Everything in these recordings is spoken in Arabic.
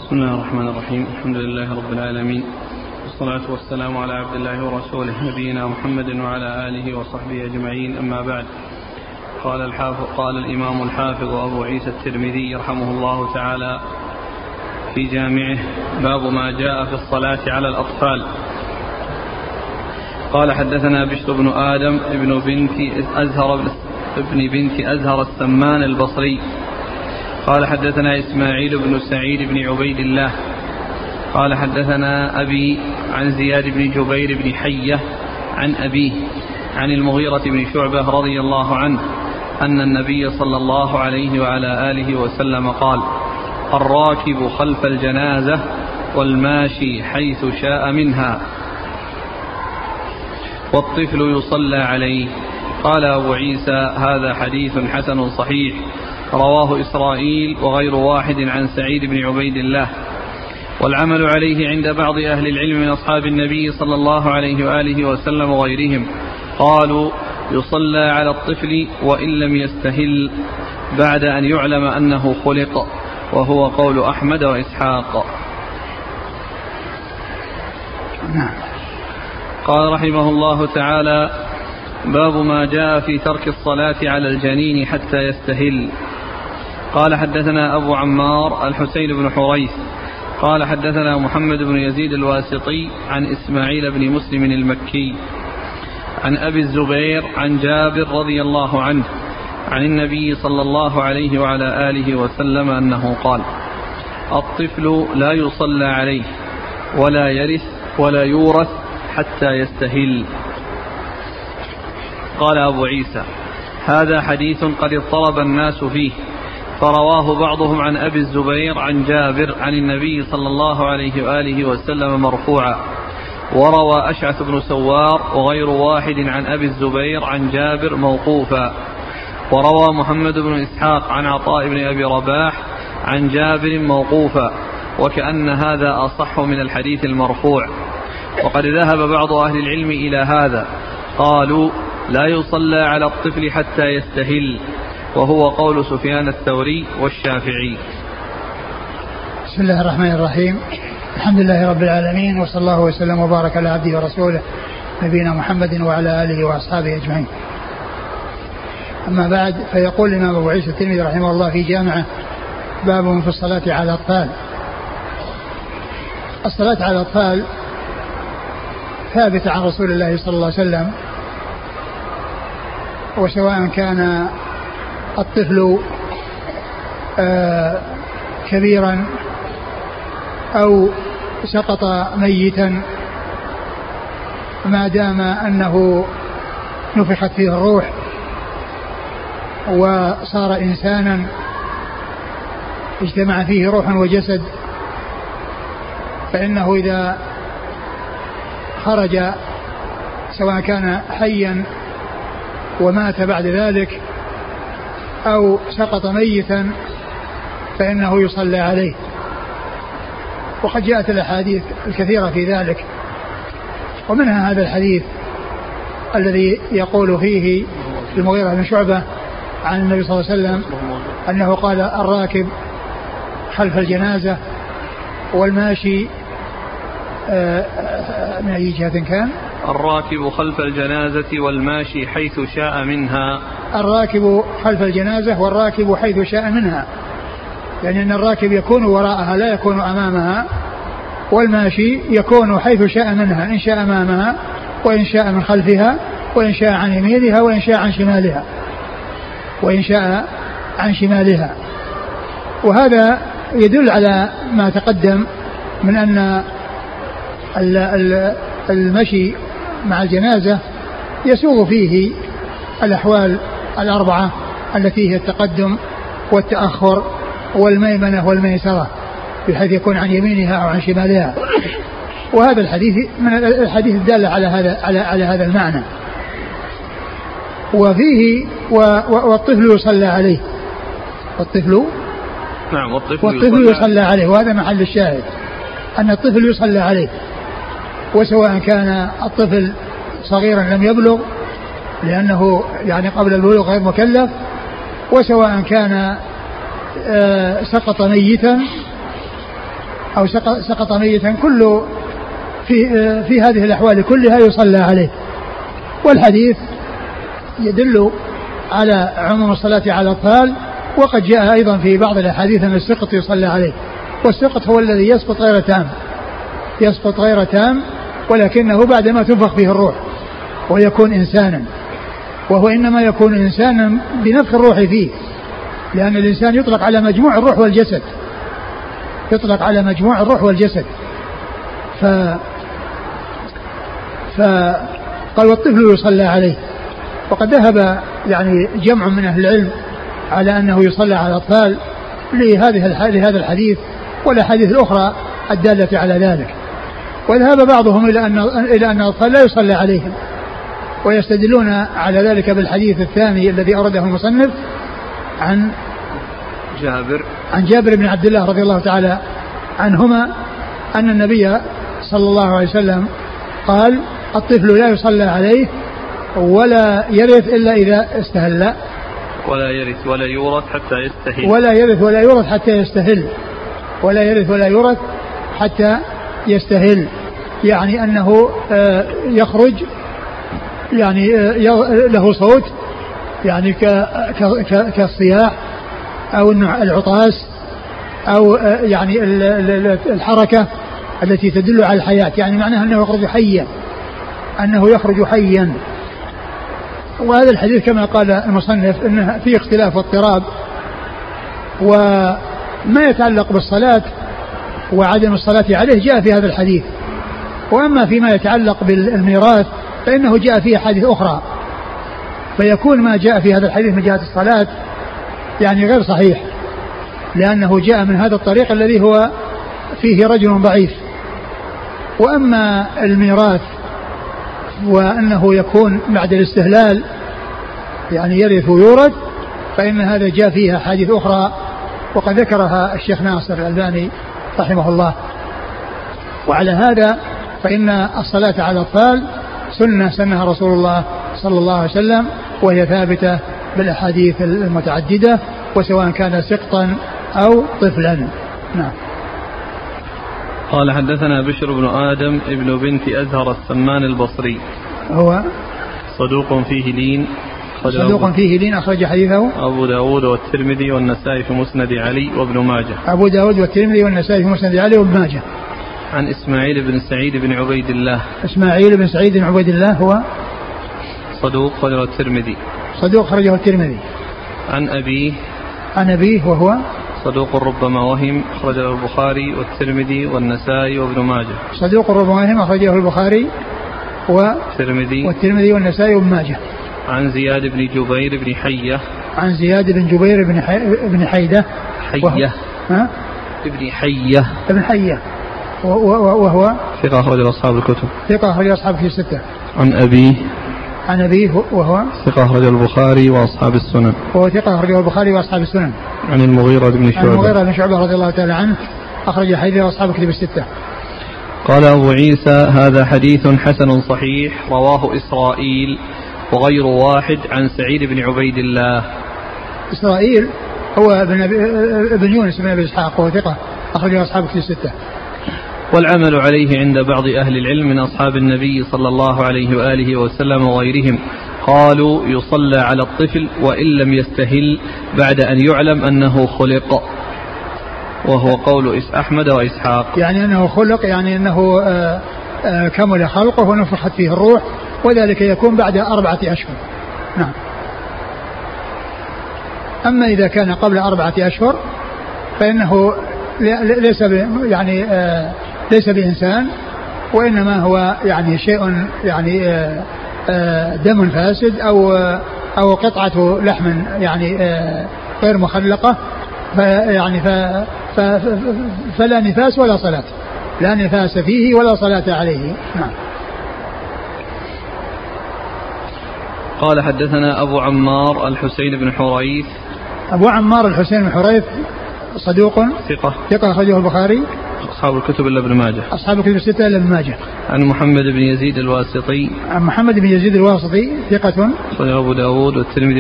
بسم الله الرحمن الرحيم. الحمد لله رب العالمين، والصلاة والسلام على عبد الله ورسوله نبينا محمد وعلى آله وصحبه أجمعين. أما بعد، قال الإمام الحافظ أبو عيسى الترمذي رحمه الله تعالى في جامعه: باب ما جاء في الصلاة على الأطفال. قال: حدثنا بشر بن آدم ابن بنت أزهر السمان البصري قال: حدثنا إسماعيل بن سعيد بن عبيد الله قال: حدثنا أبي عن زياد بن جبير بن حية عن أبيه عن المغيرة بن شعبة رضي الله عنه أن النبي صلى الله عليه وعلى آله وسلم قال: الراكب خلف الجنازة والماشي حيث شاء منها والطفل يصلى عليه. قال أبو عيسى: هذا حديث حسن صحيح، رواه إسرائيل وغير واحد عن سعيد بن عبيد الله، والعمل عليه عند بعض أهل العلم من أصحاب النبي صلى الله عليه وآله وسلم وغيرهم. قالوا: يصلى على الطفل وإن لم يستهل بعد أن يعلم أنه خلق، وهو قول أحمد وإسحاق. قال رحمه الله تعالى: باب ما جاء في ترك الصلاة على الجنين حتى يستهل. قال: حدثنا أبو عمار الحسين بن حريث قال: حدثنا محمد بن يزيد الواسطي عن إسماعيل بن مسلم المكي عن أبي الزبير عن جابر رضي الله عنه عن النبي صلى الله عليه وعلى آله وسلم أنه قال: الطفل لا يصلى عليه ولا يرث ولا يورث حتى يستهل. قال أبو عيسى: هذا حديث قد اضطرب الناس فيه، فرواه بعضهم عن أبي الزبير عن جابر عن النبي صلى الله عليه وآله وسلم مرفوعا، وروى أشعث بن سوار وغير واحد عن أبي الزبير عن جابر موقوفا، وروى محمد بن إسحاق عن عطاء بن أبي رباح عن جابر موقوفا، وكأن هذا أصح من الحديث المرفوع. وقد ذهب بعض أهل العلم إلى هذا، قالوا: لا يصلى على الطفل حتى يستهل، وهو قول سفيان الثوري والشافعي. بسم الله الرحمن الرحيم. الحمد لله رب العالمين، وصلى الله وسلم وبارك على عبده ورسوله نبينا محمد وعلى آله وأصحابه أجمعين. أما بعد، فيقول الإمام أبو عيسى الترمذي رحمه الله في جامعه: باب في الصلاة على الأطفال. الصلاة على الأطفال ثابتة عن رسول الله صلى الله عليه وسلم، وسواء كان الطفل كبيرا أو سقط ميتا، ما دام أنه نفخت فيه الروح وصار إنسانا اجتمع فيه روح وجسد، فإنه إذا خرج سواء كان حيا ومات بعد ذلك أو سقط ميتا فإنه يصلى عليه. وقد جاءت الأحاديث الكثيرة في ذلك، ومنها هذا الحديث الذي يقول فيه المغيرة بن شعبة عن النبي صلى الله عليه وسلم أنه قال: الراكب خلف الجنازة والماشي من أي جهة كان؟ الراكب خلف الجنازة والماشي حيث شاء منها. الراكب خلف الجنازة والراكب حيث شاء منها، يعني أن الراكب يكون وراءها لا يكون أمامها، والماشي يكون حيث شاء منها، إن شاء أمامها وإن شاء من خلفها وإن شاء عن يمينها وإن شاء عن شمالها وهذا يدل على ما تقدم من أن المشي مع الجنازة يسوغ فيه الأحوال الأربعة التي هي التقدم والتأخر والميمنة والميسرة، بحيث يكون عن يمينها أو عن شمالها. وهذا الحديث من الحديث الدالة على هذا المعنى. وفيه والطفل يصلى عليه، والطفل يصلى عليه، وهذا محل الشاهد، أن الطفل يصلى عليه، وسواء كان الطفل صغيرا لم يبلغ لأنه يعني قبل البلوغ غير مكلف، وسواء كان سقط ميتا أو سقط ميتا، كل في هذه الأحوال كلها يصلى عليه. والحديث يدل على عموم الصلاة على الأطفال، وقد جاء أيضا في بعض الأحاديث أن السقط يصلى عليه، والسقط هو الذي يسقط غير تام ولكنه بعدما تنفخ فيه الروح ويكون إنسانا، وهو إنما يكون إنسانا بنفخ الروح فيه، لأن الإنسان يطلق على مجموع الروح والجسد، فقال والطفل يصلى عليه. وقد ذهب يعني جمع من أهل العلم على أنه يصلى على الأطفال لهذا الحديث والأحاديث الأخرى الدالة على ذلك، وذهب بعضهم إلى أن الأطفال لا يصلى عليهم، ويستدلون على ذلك بالحديث الثاني الذي أورده المصنف عن جابر بن عبد الله رضي الله تعالى عنهما أن النبي صلى الله عليه وسلم قال الطفل لا يصلى عليه ولا يرث إلا إذا استهل، ولا يرث ولا يورث حتى يستهل، يعني أنه يخرج يعني له صوت يعني كالصياح أو العطاس أو يعني الحركة التي تدل على الحياة، يعني معناها أنه يخرج حيا. وهذا الحديث كما قال المصنف إنه فيه اختلاف واضطراب، وما يتعلق بالصلاة وعدم الصلاة عليه جاء في هذا الحديث، وأما فيما يتعلق بالميراث فإنه جاء فيه حديث أخرى، فيكون ما جاء في هذا الحديث من جهة الصلاة يعني غير صحيح، لأنه جاء من هذا الطريق الذي هو فيه رجل ضعيف. وأما الميراث وأنه يكون بعد الاستهلال يعني يرث ويورث، فإن هذا جاء فيها حديث أخرى وقد ذكرها الشيخ ناصر الألباني رحمه الله. وعلى هذا فإن الصلاة على الأطفال سنها رسول الله صلى الله عليه وسلم، وهي ثابتة بالأحاديث المتعددة، وسواء كان سقطا أو طفلا. نعم. قال حدثنا بشر بن آدم ابن بنت أزهر السمان البصري، هو صدوق فيه لين أخرج حديثه أبو داود والترمذي والنسائي في مسند علي وابن ماجه. أبو داود والترمذي والنسائي في مسند علي وابن ماجه. عن إسماعيل بن سعيد بن عبيد الله. إسماعيل بن سعيد بن عبيد الله هو صدوق خرجه الترمذي. عن أبيه وهو صدوق ربما وهم، أخرجه البخاري والترمذي والنسائي وابن ماجه. صدوق ربما وهم، أخرجه البخاري والترمذي والنسائي وابن ماجه. عن زياد بن جبير بن حية. عن زياد بن جبير بن حيدة ابن حية وهو ثقة أخرجه أصحاب الكتب. الستة. عن أبيه وهو ثقة أخرجه البخاري وأصحاب السنن. عن المغيرة بن شعبة رضي الله تعالى عنه، أخرج حديثه وأصحاب الكتب الستة. قال أبو عيسى هذا حديث حسن صحيح رواه إسرائيل وغير واحد عن سعيد بن عبيد الله. إسرائيل هو ابن يونس بن أبي إسحاق، وهو ثقة أخرجه أصحاب الكتب الستة. والعمل عليه عند بعض أهل العلم من أصحاب النبي صلى الله عليه وآله وسلم وغيرهم، قالوا يصلى على الطفل وإن لم يستهل بعد أن يعلم أنه خلق، وهو قول أحمد وإسحاق. يعني أنه خلق، يعني أنه كمل خلقه ونفخت فيه الروح، وذلك يكون بعد 4 أشهر. نعم. أما إذا كان قبل 4 أشهر فإنه ليس بإنسان، وإنما هو يعني شيء يعني دم فاسد أو قطعة لحم يعني غير مخلقة، فلا نفاس ولا صلاة، لا نفاس فيه ولا صلاة عليه. نعم. قال حدثنا أبو عمار الحسين بن حريث. أبو عمار الحسين بن حريث صدوق ثقة أخرجه البخاري أصحاب الكتب إلا ابن ماجه. أصحاب الكتب الستة إلا ابن ماجه. عن محمد بن يزيد الواسطي. ثقة أخرجه أبو داود والترمذي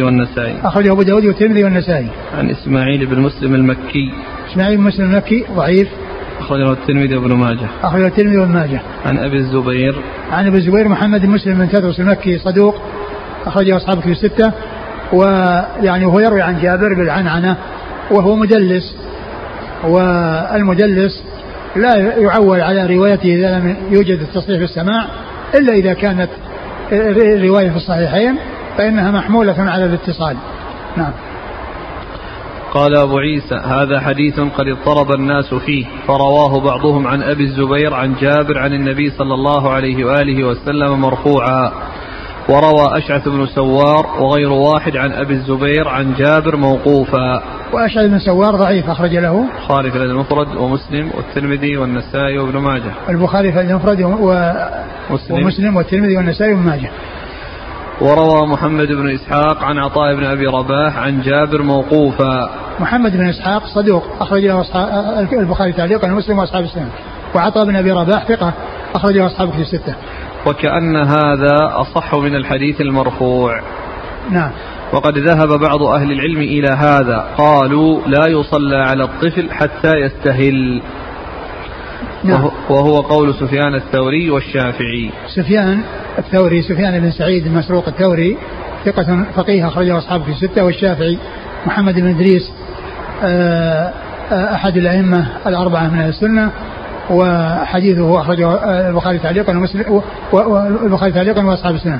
والنسائي. عن إسماعيل بن مسلم المكي. ضعيف أخرجه الترمذي وابن ماجه. أخرجه الترمذي وابن ماجه. عن أبي الزبير. عن أبي الزبير محمد بن مسلم بن تدرس المكي صدوق أخرجه أصحاب كتب الستة. ويعني هو يروي عن جابر بالعنعنة وهو مدلس، والمدلس لا يعول على روايته إذا لم يوجد التصريح بالسماع إلا إذا كانت الرواية في الصحيحين فإنها محمولة على الاتصال. نعم. قال أبو عيسى هذا حديث قد اضطرب الناس فيه، فرواه بعضهم عن أبي الزبير عن جابر عن النبي صلى الله عليه وآله وسلم مرفوعا، وروى أشعث بن سوار وغير واحد عن أبي الزبير عن جابر موقوفا. وأشعث بن سوار ضعيف أخرج له البخاري في المفرد ومسلم والترمذي والنسائي وابن ماجه. البخاري في المفرد ومسلم والترمذي والنسائي وابن ماجه. وروى محمد بن إسحاق عن عطاء بن أبي رباح عن جابر موقوفا. محمد بن إسحاق صدوق أخرج له البخاري تعليقا ومسلم وأصحاب السنن. وعطاء بن أبي رباح ثقة أخرج له أصحاب كتب الستة. وكأن هذا أصح من الحديث المرفوع. نعم. وقد ذهب بعض أهل العلم إلى هذا، قالوا لا يصلى على الطفل حتى يستهل. نعم. وهو قول سفيان الثوري والشافعي. سفيان الثوري سفيان بن سعيد المسروق الثوري ثقة فقيه أخرجه أصحابه في الستة. والشافعي محمد بن إدريس أحد الأئمة الأربعة من السنة، وحديثه أخرجه البخاري تعليقا ومسلم والبخاري تعليقا وأصحاب السنن.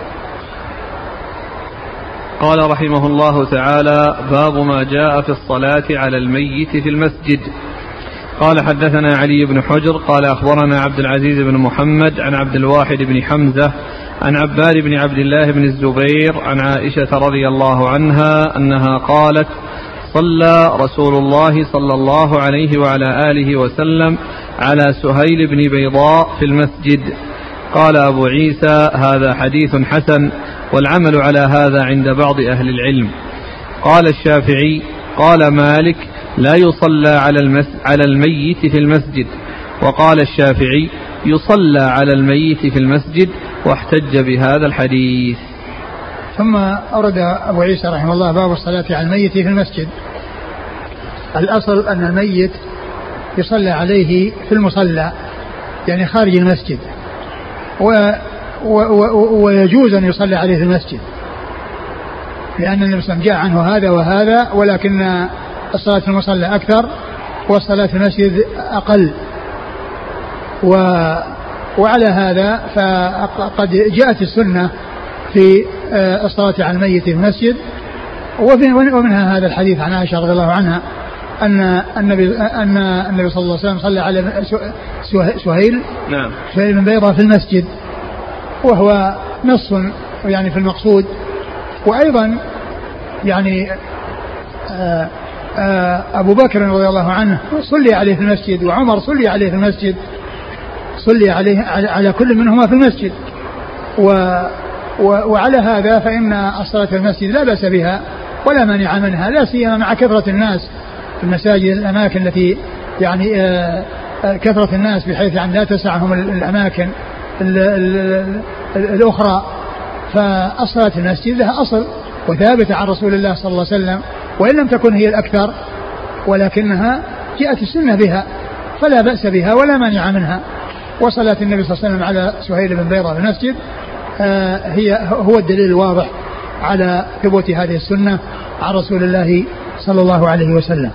قال رحمه الله تعالى باب ما جاء في الصلاة على الميت في المسجد. قال حدثنا علي بن حجر قال أخبرنا عبد العزيز بن محمد عن عبد الواحد بن حمزة عن عباد بن عبد الله بن الزبير عن عائشة رضي الله عنها أنها قالت صلى رسول الله صلى الله عليه وعلى آله وسلم على سهيل بن بيضاء في المسجد. قال أبو عيسى هذا حديث حسن، والعمل على هذا عند بعض أهل العلم. قال الشافعي قال مالك لا يصلى على الميت في المسجد، وقال الشافعي يصلى على الميت في المسجد، واحتج بهذا الحديث. ثم أورد أبو عيسى رحمه الله باب الصلاة على الميت في المسجد. الأصل أن الميت يصلى عليه في المصلى يعني خارج المسجد، ويجوز أن يصلى عليه في المسجد، لأن النبي صلى الله عليه وسلم جاء عنه هذا وهذا، ولكن الصلاة في المصلى أكثر والصلاة في المسجد أقل. وعلى هذا فقد جاءت السنة في الصلاة على الميت في المسجد، ومنها هذا الحديث عن عائشة رضي الله عنها أن النبي صلى الله عليه وسلم صلى على سهيل بن بيضاء في المسجد، وهو نص يعني في المقصود. وأيضا يعني أبو بكر رضي الله عنه صلي عليه في المسجد، وعمر صلي عليه في المسجد، صلي عليه على كل منهما في المسجد. وعلى هذا فإن الصلاة في المسجد لا بأس بها ولا مانع منها، لا سيما مع كثرة الناس في المساجد، الأماكن التي يعني كثرة الناس بحيث يعني لا تسعهم الأماكن الأخرى. فالصلاة في المسجد لها أصل وثابتة عن رسول الله صلى الله عليه وسلم، وإن لم تكن هي الأكثر ولكنها جاءت السنة بها، فلا بأس بها ولا مانع منها. وصلاة النبي صلى الله عليه وسلم على سهيل بن بيضاء في المسجد هو الدليل الواضح على ثبوت هذه السنة عن رسول الله صلى الله عليه وسلم.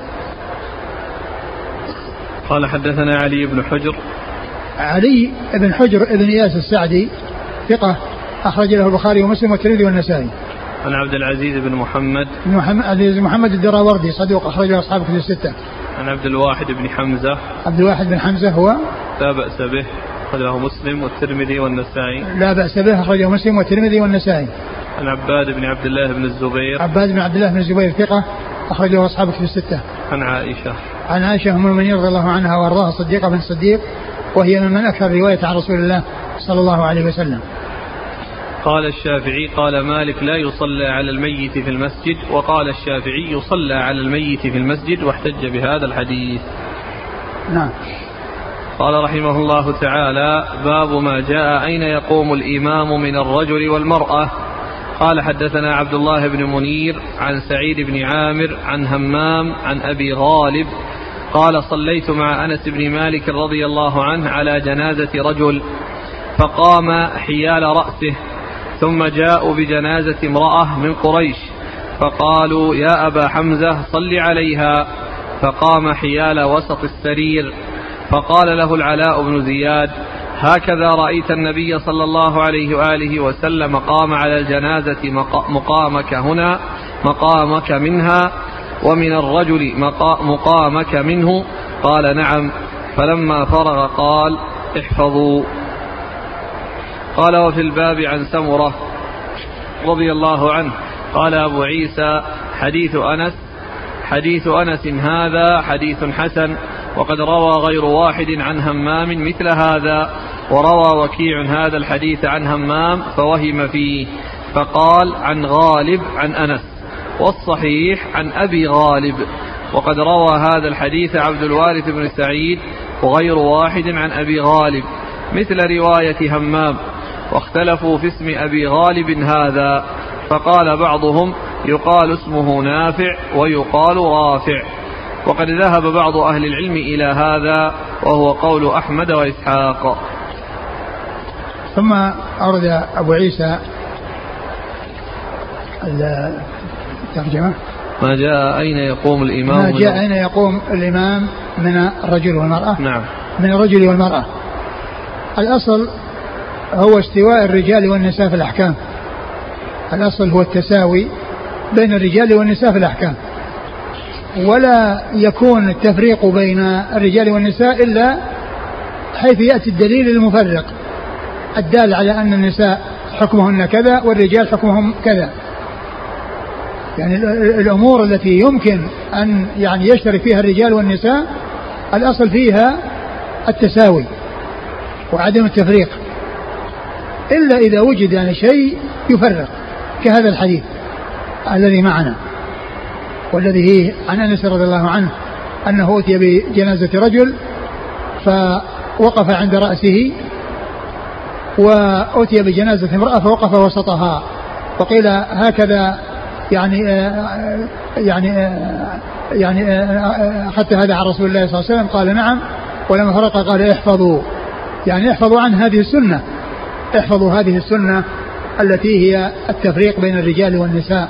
قال حدثنا علي بن حجر. علي بن حجر ابن إياس السعدي ثقة أخرج له البخاري ومسلم والترمذي والنسائي. عن عبد العزيز بن محمد الدراوردي صدوق أخرج له أصحاب كتب الستة. عن عبد الواحد بن حمزة. عبد الواحد بن حمزة هو لا بأس به أخرجه مسلم والترمذي والنسائي. لا بأس به أخرجه مسلم والترمذي والنسائي. عن عباد بن عبد الله بن الزبير. عباد بن عبد الله بن الزبير ثقة أخرجه أصحاب كتب الستة. عن عائشة. عن عائشة أم المؤمنين رضي الله عنها وأرضاها صديقة بن الصديق، وهي من أكثر رواية عن رسول الله صلى الله عليه وسلم. قال الشافعي قال مالك لا يصلى على الميت في المسجد، وقال الشافعي يصلى على الميت في المسجد، واحتج بهذا الحديث. نعم. قال رحمه الله تعالى باب ما جاء أين يقوم الإمام من الرجل والمرأة. قال حدثنا عبد الله بن منير عن سعيد بن عامر عن همام عن أبي غالب قال صليت مع أنس بن مالك رضي الله عنه على جنازة رجل فقام حيال رأسه، ثم جاءوا بجنازة امرأة من قريش فقالوا يا أبا حمزة صل عليها، فقام حيال وسط السرير، فقال له العلاء بن زياد هكذا رأيت النبي صلى الله عليه وآله وسلم قام على الجنازة مقامك منها ومن الرجل مقامك منه؟ قال نعم. فلما فرغ قال احفظوا. قال وفي الباب عن سمرة رضي الله عنه قال أبو عيسى حديث أنس هذا حديث حسن، وقد روى غير واحد عن همام مثل هذا، وروى وكيع هذا الحديث عن همام فوهم فيه فقال عن غالب عن أنس، والصحيح عن أبي غالب. وقد روى هذا الحديث عبد الوارث بن سعيد وغير واحد عن أبي غالب مثل رواية همام، واختلفوا في اسم أبي غالب هذا، فقال بعضهم يقال اسمه نافع ويقال رافع، وقد ذهب بعض أهل العلم إلى هذا وهو قول أحمد وإسحاق. ثم أورد أبو عيسى الترجمة ما جاء أين يقوم الإمام من الرجل والمرأة. نعم. من الرجل والمرأة. الأصل هو استواء الرجال والنساء في الأحكام، الأصل هو التساوي بين الرجال والنساء في الأحكام، ولا يكون التفريق بين الرجال والنساء إلا حيث يأتي الدليل المفرق الدال على أن النساء حكمهن كذا والرجال حكمهم كذا. يعني الأمور التي يمكن أن يعني يشترك فيها الرجال والنساء الأصل فيها التساوي وعدم التفريق، إلا إذا وجد يعني شيء يفرق كهذا الحديث الذي معنا، والذي هي عن أنس رضي الله عنه أنه أتي بجنازة رجل فوقف عند رأسه، وأتي بجنازة امرأة فوقف وسطها، وقيل هكذا يعني حتى هذا عن رسول الله صلى الله عليه وسلم، قال نعم، ولما فرق قال احفظوا، يعني احفظوا عن هذه السنة، احفظوا هذه السنة التي هي التفريق بين الرجال والنساء.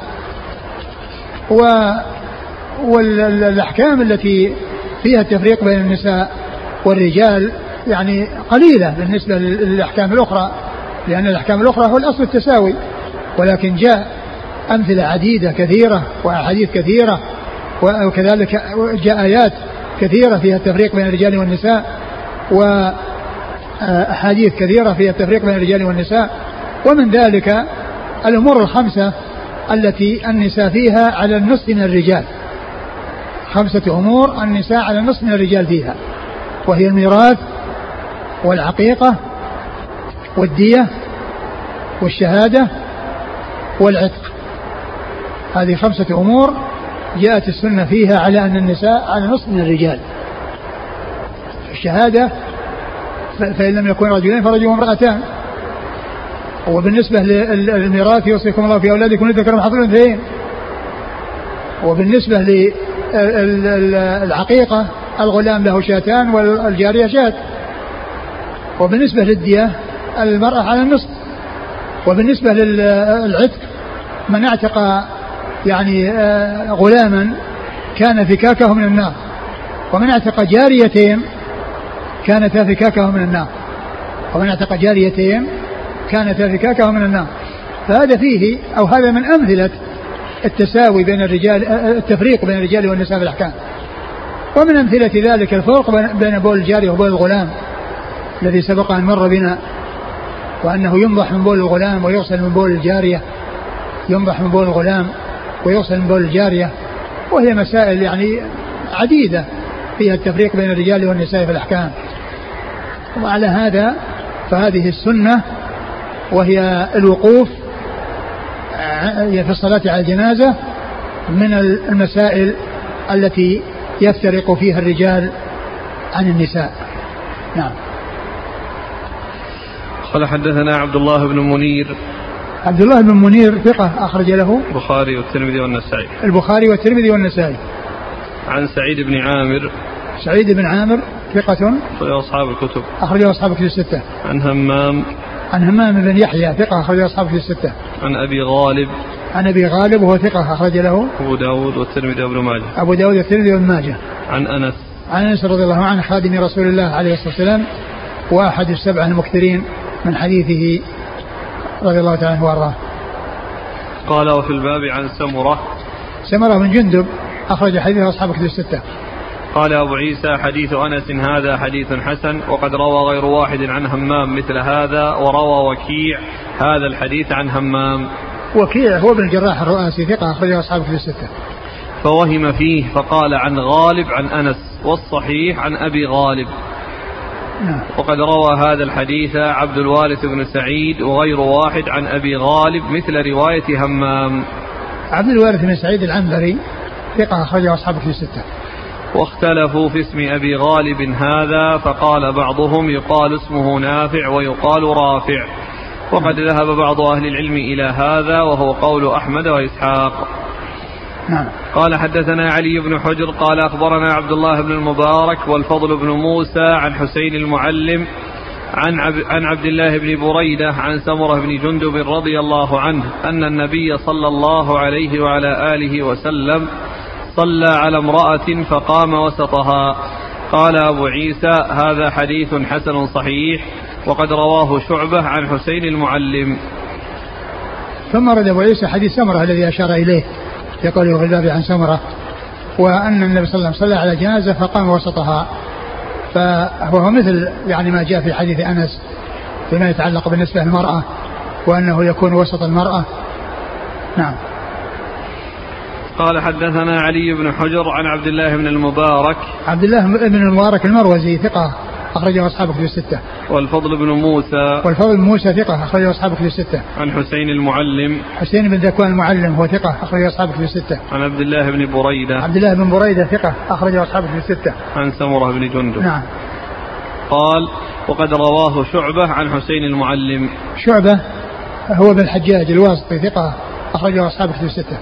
والأحكام التي فيها التفريق بين النساء والرجال يعني قليلة بالنسبة للأحكام الأخرى، لأن الأحكام الأخرى هو الأصل التساوي، ولكن جاء أمثلة عديدة كثيرة وأحاديث كثيرة، وكذلك جاء آيات كثيرة فيها التفريق بين الرجال والنساء، وأحاديث كثيرة فيها التفريق بين الرجال والنساء. ومن ذلك الأمور الخمسة التي النساء فيها على النصف من الرجال، 5 أمور النساء على النصف من الرجال فيها، وهي الميراث والعقيقة والدية والشهادة والعتق. هذه 5 أمور جاءت السنة فيها على أن النساء على نصف من الرجال. الشهادة فإن لم يكن رجلين فرجل وامرأتان. وبالنسبة للميراث يوصيكم الله في أولادكم للذكر مثل الأنثيين. وبالنسبة للعقيقة الغلام له شاتان والجارية شات. وبالنسبة للدية المرأة على النصف. وبالنسبة للعتق من اعتق يعني غلاما كان فكاكه من النار، ومن اعتق جاريتين كانتا فكاكه من النار، ومن اعتق جاريتين كانتا فكاكه من النار. فهذا فيه أو هذا من أمثلة التساوي بين الرجال، التفريق بين الرجال والنساء في الأحكام. ومن أمثلة ذلك الفرق بين بول الجارية وبول الغلام الذي سبق أن مر بنا، وأنه ينضح من بول الغلام ويغسل من بول الجارية، ينضح من بول الغلام ويغسل من بول الجارية. وهي مسائل يعني عديدة فيها التفريق بين الرجال والنساء في الأحكام. وعلى هذا فهذه السنة وهي الوقوف في الصلاة على الجنازة من المسائل التي يفترق فيها الرجال عن النساء. نعم. قال حدثنا عبد الله بن منير. عبد الله بن منير ثقة أخرج له البخاري والترمذي والنسائي. البخاري والترمذي والنسائي. عن سعيد بن عامر. سعيد بن عامر ثقة أخرجه أصحاب الكتب. أخرجه أصحاب الكتب الستة. عن همام بن يحيى ثقة أخرجه أصحاب الكتب الستة. عن أبي غالب. عن أبي غالب وهو ثقة أخرج له أبو داود والترمذي وابن ماجه. أبو داود والترمذي وابن ماجه. عن أنس رضي الله عنه خادم رسول الله عليه الصلاة والسلام وأحد السبعة المكثرين من حديثه رضي الله تعالى عنه وارضاه. قال وفي الباب عن سمرة بن جندب أخرج حديثه أصحاب الكتب الستة. قال أبو عيسى حديث أنس هذا حديث حسن وقد روى غير واحد عن همام مثل هذا وروى وكيع هذا الحديث عن همام. وكيع هو بن الجراح الرؤاسي ثقة أخرجه أصحاب الكتب الستة. فوهم فيه فقال عن غالب عن أنس والصحيح عن أبي غالب. وقد روى هذا الحديث عبد الوارث بن سعيد وغير واحد عن أبي غالب مثل رواية همام. عبد الوارث بن سعيد العنبري ثقة أخرجه أصحاب الكتب الستة. واختلفوا في اسم أبي غالب هذا فقال بعضهم يقال اسمه نافع ويقال رافع وقد ذهب بعض أهل العلم إلى هذا وهو قول أحمد وإسحاق. قال حدثنا علي بن حجر قال أخبرنا عبد الله بن المبارك والفضل بن موسى عن حسين المعلم عن عبد الله بن بريدة عن سمرة بن جندب رضي الله عنه أن النبي صلى الله عليه وعلى آله وسلم صلى على امرأة فقام وسطها. قال أبو عيسى هذا حديث حسن صحيح وقد رواه شعبة عن حسين المعلم. ثم رد أبو عيسى حديث سمرة الذي أشار إليه يقول في الباب عن سمرة وأن النبي صلى الله عليه وسلم صلى على جنازة فقام وسطها فهو مثل يعني ما جاء في حديث أنس فيما يتعلق بالنسبة للمرأة وأنه يكون وسط المرأة. نعم. قال حدثنا علي بن حجر عن عبد الله بن المبارك. عبد الله بن المبارك المروزي ثقة أخرجه أصحاب الكتب الستة. والفضل بن موسى ثقة أخرجه أصحاب الكتب الستة. عن حسين المعلم. حسين بن ذكوان المعلم هو ثقة أخرجه أصحاب الكتب الستة. عن عبد الله بن بريدة. ثقة أخرجه أصحاب الكتب الستة. عن سمرة بن جندب. نعم. قال وقد رواه شعبة عن حسين المعلم. شعبة هو بن الحجاج الواسطي ثقة أخرجه أصحاب الكتب الستة.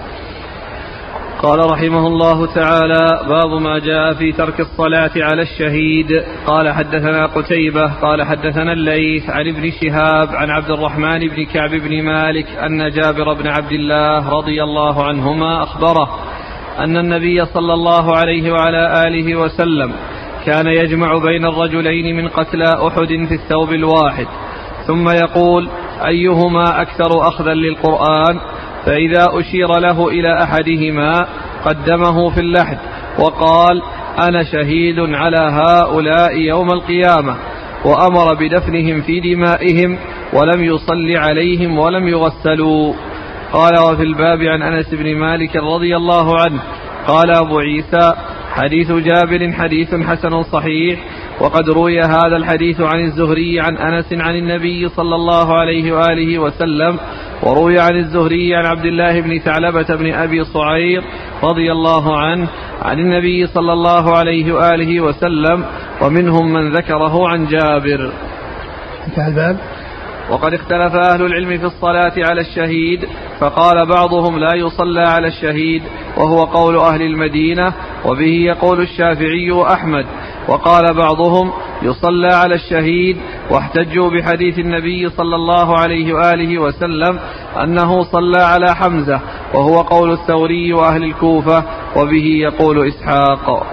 قال رحمه الله تعالى باب ما جاء في ترك الصلاة على الشهيد. قال حدثنا قتيبة قال حدثنا الليث عن ابن شهاب عن عبد الرحمن بن كعب بن مالك أن جابر بن عبد الله رضي الله عنهما أخبره أن النبي صلى الله عليه وعلى آله وسلم كان يجمع بين الرجلين من قتلى أحد في الثوب الواحد ثم يقول أيهما أكثر أخذا للقرآن فإذا أشير له إلى أحدهما قدمه في اللحد وقال أنا شهيد على هؤلاء يوم القيامة وأمر بدفنهم في دمائهم ولم يصل عليهم ولم يغسلوا. قال وفي الباب عن أنس بن مالك رضي الله عنه قال أبو عيسى حديث جابر حديث حسن صحيح وقد روي هذا الحديث عن الزهري عن أنس عن النبي صلى الله عليه وآله وسلم وروي عن الزهري عن عبد الله بن ثعلبة بن أبي صعير رضي الله عنه عن النبي صلى الله عليه وآله وسلم ومنهم من ذكره عن جابر. انتهى الباب. وقد اختلف أهل العلم في الصلاة على الشهيد فقال بعضهم لا يصلى على الشهيد وهو قول أهل المدينة وبه يقول الشافعي وأحمد وقال بعضهم يصلى على الشهيد واحتجوا بحديث النبي صلى الله عليه وآله وسلم أنه صلى على حمزة وهو قول الثوري وأهل الكوفة وبه يقول إسحاق.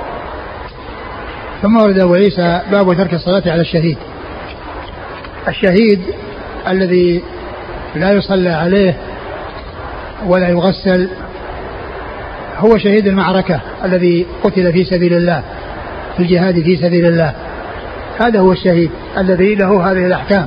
ثم ورد أبو عيسى باب ترك الصلاة على الشهيد. الشهيد الذي لا يصلى عليه ولا يغسل هو شهيد المعركة الذي قتل في سبيل الله في الجهاد في سبيل الله. هذا هو الشهيد الذي له هذه الأحكام.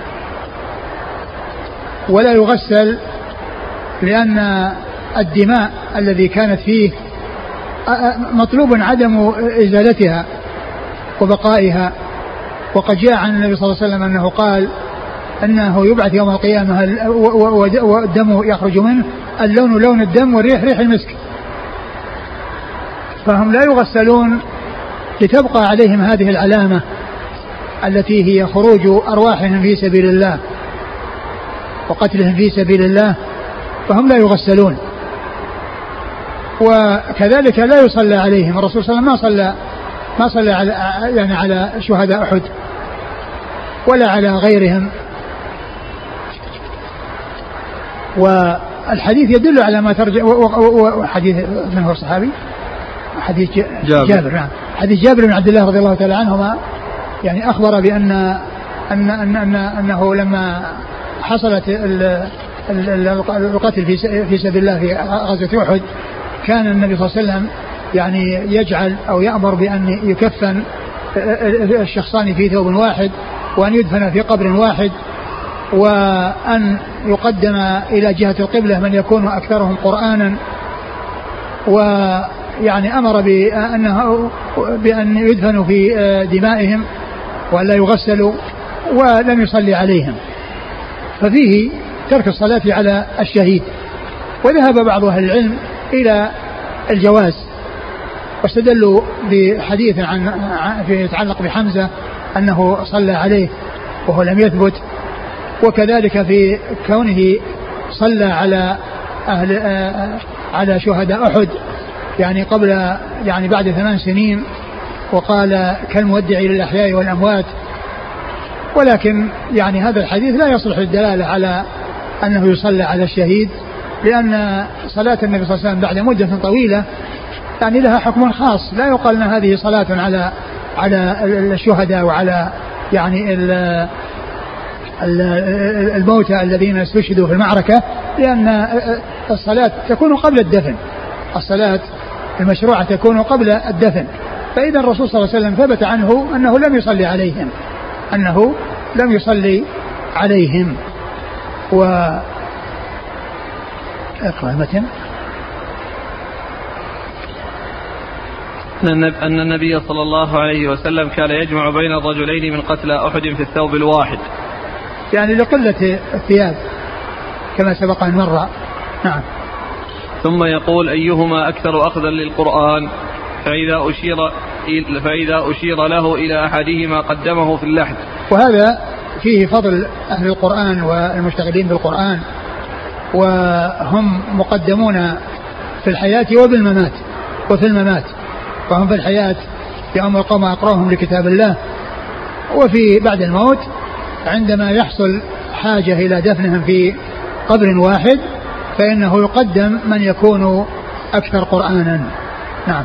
ولا يغسل لأن الدماء الذي كانت فيه مطلوب عدم إزالتها وبقائها. وقد جاء عن النبي صلى الله عليه وسلم أنه قال أنه يبعث يوم القيامة والدم يخرج منه اللون لون الدم والريح ريح المسك. فهم لا يغسلون لتبقى عليهم هذه العلامة التي هي خروج أرواحهم في سبيل الله وقتلهم في سبيل الله فهم لا يغسلون. وكذلك لا يصلى عليهم. الرسول صلى الله عليه وسلم ما صلى على يعني على شهداء أحد ولا على غيرهم. والحديث يدل على ما ترجع. وحديث من هو الصحابي؟ حديث جابر. نعم. حديث جابر بن عبد الله رضي الله تعالى عنهما يعني أخبر بأن أنه لما حصلت القتل في سبيل الله في غزوة أحد كان النبي صلى الله عليه وسلم يعني يجعل أو يأمر بأن يكفن الشخصان في ثوب واحد وأن يدفن في قبر واحد وأن يقدم إلى جهة القبلة من يكون أكثرهم قرآنا ويعني أمر بأن يدفنوا في دمائهم ولا يغسلوا ولم يصلي عليهم. ففيه ترك الصلاة على الشهيد. وذهب بعض أهل العلم إلى الجواز واستدلوا بحديث في يتعلق بحمزة أنه صلى عليه وهو لم يثبت، وكذلك في كونه صلى على شهداء أحد يعني قبل يعني بعد 8 سنين وقال كالمودع للأحياء والأموات. ولكن يعني هذا الحديث لا يصلح للدلالة على أنه يصلى على الشهيد، لأن صلاة النبي صلى الله عليه وسلم بعد مدة طويلة يعني لها حكم خاص، لا يقال أن هذه صلاة على الشهداء وعلى يعني الموتى الذين استشهدوا في المعركة، لأن الصلاة تكون قبل الدفن، الصلاة المشروعة تكون قبل الدفن. فإذا الرسول صلى الله عليه وسلم ثبت عنه أنه لم يصلي عليهم، أنه لم يصلي عليهم. اقرأ المتن. أن النبي صلى الله عليه وسلم كان يجمع بين الرجلين من قتلى أحد في الثوب الواحد، يعني لقلة الثياب كما سبق أن مر. نعم. ثم يقول أيهما أكثر أخذا للقرآن، فإذا أشير له إلى أحدهما قدمه في اللحد. وهذا فيه فضل أهل القرآن والمشتغلين بالقرآن، وهم مقدمون في الحياة وبالممات وفي الممات. فهم في الحياة يأمر القوم أقرأهم لكتاب الله، وفي بعد الموت عندما يحصل حاجة إلى دفنهم في قبر واحد فإنه يقدم من يكون أكثر قرآنا. نعم.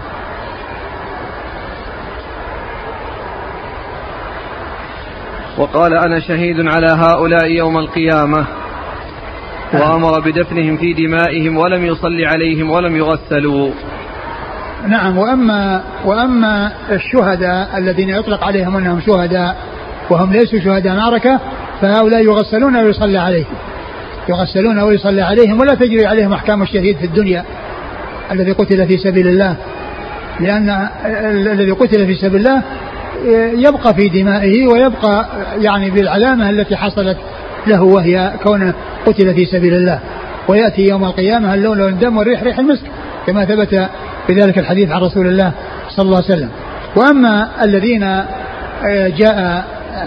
وقال أنا شهيد على هؤلاء يوم القيامة، وأمر بدفنهم في دمائهم ولم يصلي عليهم ولم يغسلوا. نعم. وأما الشهداء الذين يطلق عليهم أنهم شهداء وهم ليسوا شهداء معركة فهؤلاء يغسلون ويصلى عليهم، يغسلون ويصلى عليهم، ولا تجري عليهم أحكام الشهيد في الدنيا الذي قتل في سبيل الله، لأن الذي قتل في سبيل الله يبقى في دمائه ويبقى يعني بالعلامة التي حصلت له وهي كونه قتل في سبيل الله، ويأتي يوم القيامة اللون لون الدم والريح ريح المسك كما ثبت بذلك الحديث عن رسول الله صلى الله عليه وسلم. وأما الذين جاء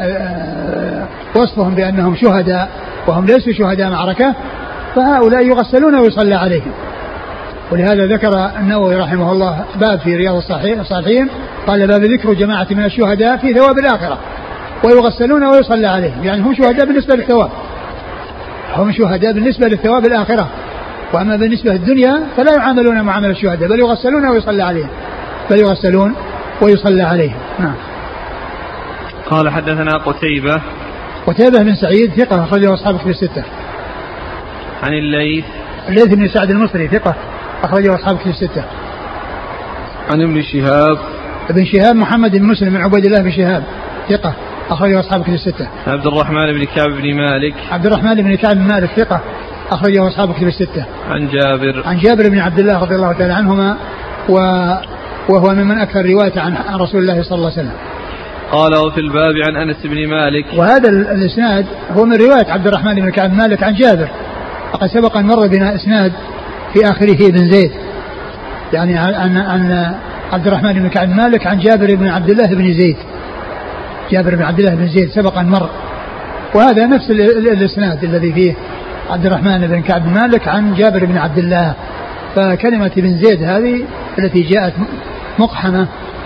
وصفهم بأنهم شهداء وهم ليسوا شهداء معركة فهؤلاء يغسلون ويصلى عليهم. ولهذا ذكر النووي رحمه الله باب في رياض الصالحين قال باب ذكر جماعة من الشهداء في ثواب الآخرة ويغسلون ويصلى عليهم، يعني هم شهداء بالنسبة للثواب، هم شهداء بالنسبة للثواب الآخرة، وأما بالنسبة للدنيا فلا يعاملون معاملة الشهداء بل يغسلون ويصلى عليهم، بل يغسلون ويصلى عليهم. نعم. قال حدثنا قتيبة بن سعيد ثقة أخرجه أصحاب الكتب الستة. عن الليث بن سعد المصري ثقة أخرجه أصحاب الكتب الستة. عن ابن شهاب محمد بن مسلم بن عبيد الله بن شهاب ثقة أخرجه أصحاب الكتب الستة. عبد الرحمن بن كعب بن مالك ثقة أخرجه أصحاب الكتب الستة. عن جابر بن عبد الله رضي الله تعالى عنهما وهو ممن أكثر رواية عن رسول الله صلى الله عليه وسلم. قال وفي الباب عن أنس بن مالك. وهذا الإسناد هو من رواية عبد الرحمن بن كعب بن مالك عن جابر، وقد سبق أن مر بنا إسناد في آخره ابن زيد، يعني عن عبد الرحمن بن كعب بن مالك عن جابر بن عبد الله بن زيد، جابر بن عبد الله بن زيد سبق أن مر، وهذا نفس الإسناد الذي فيه عبد الرحمن بن كعب بن مالك عن جابر بن عبد الله. فكلمة بن زيد هذه التي جاءت مقحمة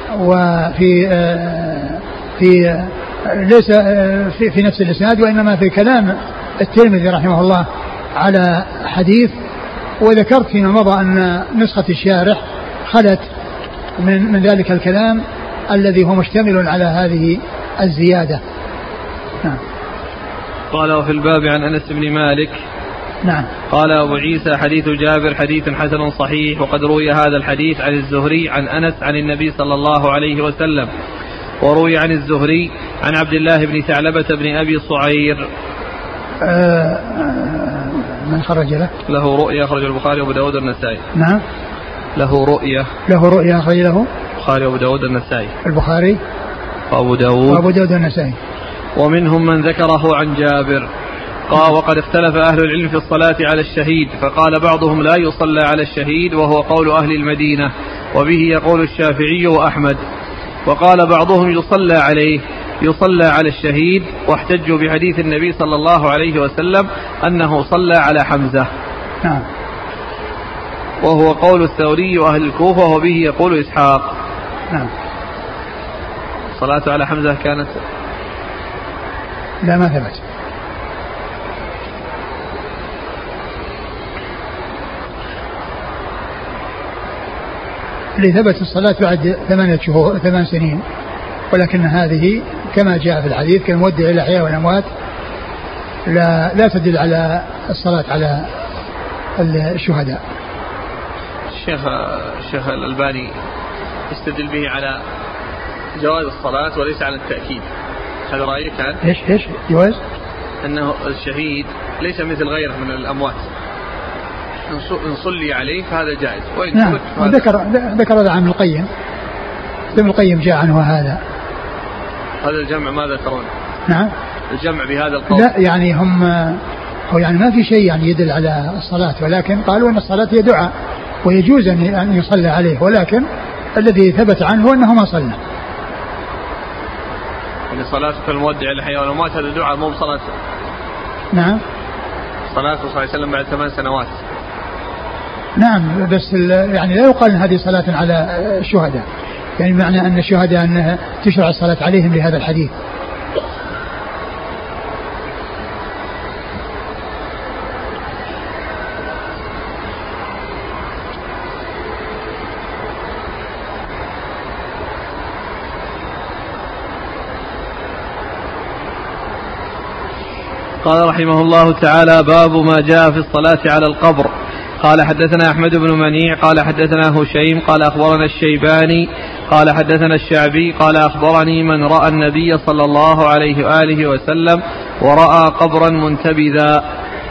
وفي في ليس في نفس الإسناد، وإنما في كلام الترمذي رحمه الله على حديث. وذكرت فيما مضى أن نسخة الشارح خلت من ذلك الكلام الذي هو مشتمل على هذه الزيادة. نعم. قال وفي الباب عن أنس بن مالك. نعم. قال أبو عيسى حديث جابر حديث حسن صحيح، وقد روي هذا الحديث عن الزهري عن أنس عن النبي صلى الله عليه وسلم، وروي عن الزهري عن عبد الله بن ثعلبة بن أبي صعير. من خرج له؟ له رؤيا أخرج البخاري وأبو داود والنسائي. نعم. له رؤيا أخرج له البخاري وأبو داود والنسائي. البخاري وأبو داود والنسائي. ومنهم من ذكره عن جابر. قال وقد اختلف أهل العلم في الصلاة على الشهيد، فقال بعضهم لا يصلى على الشهيد وهو قول أهل المدينة، وبه يقول الشافعي وأحمد. وقال بعضهم يصلى على الشهيد، واحتجوا بحديث النبي صلى الله عليه وسلم أنه صلى على حمزة. نعم. وهو قول الثوري وأهل الكوفة، وبه يقول إسحاق. نعم. صلاة على حمزة كانت لا ما ثبت. اللي ثبت الصلاة بعد 8 سنين، ولكن هذه كما جاء في الحديث كالمودع إلى الأحياء والأموات لا تدل على الصلاة على الشهداء. الشيخ الألباني يستدل به على جواز الصلاة وليس على التأكيد. هذا رأيك كان إيش جواز؟ أنه الشهيد ليس مثل غيره من الأموات، نصلي عليه فهذا جائز. نعم. ذكر هذا عن القيم. ابن القيم جاء عنه هذا الجمع ما ذكرون. نعم. الجمع بهذا القول لا يعني هو يعني ما في شيء يعني يدل على الصلاة، ولكن قالوا أن الصلاة هي دعاء ويجوز أن يصلى عليه، ولكن الذي ثبت عنه أنه ما صلى. يعني صلاة المودع الحياة والأموات هذا دعاء مو بصلاة. نعم. صلاة صلى الله عليه وسلم بعد 8 سنوات. نعم، بس يعني لا يقال أن هذه صلاة على الشهداء، يعني معنى أن الشهداء أنها تشرع الصلاة عليهم لهذا الحديث. قال رحمه الله تعالى: باب ما جاء في الصلاة على القبر. قال حدثنا أحمد بن منيع قال حدثنا هشيم قال أخبرنا الشيباني قال حدثنا الشعبي قال أخبرني من رأى النبي صلى الله عليه وآله وسلم ورأى قبرا منتبذا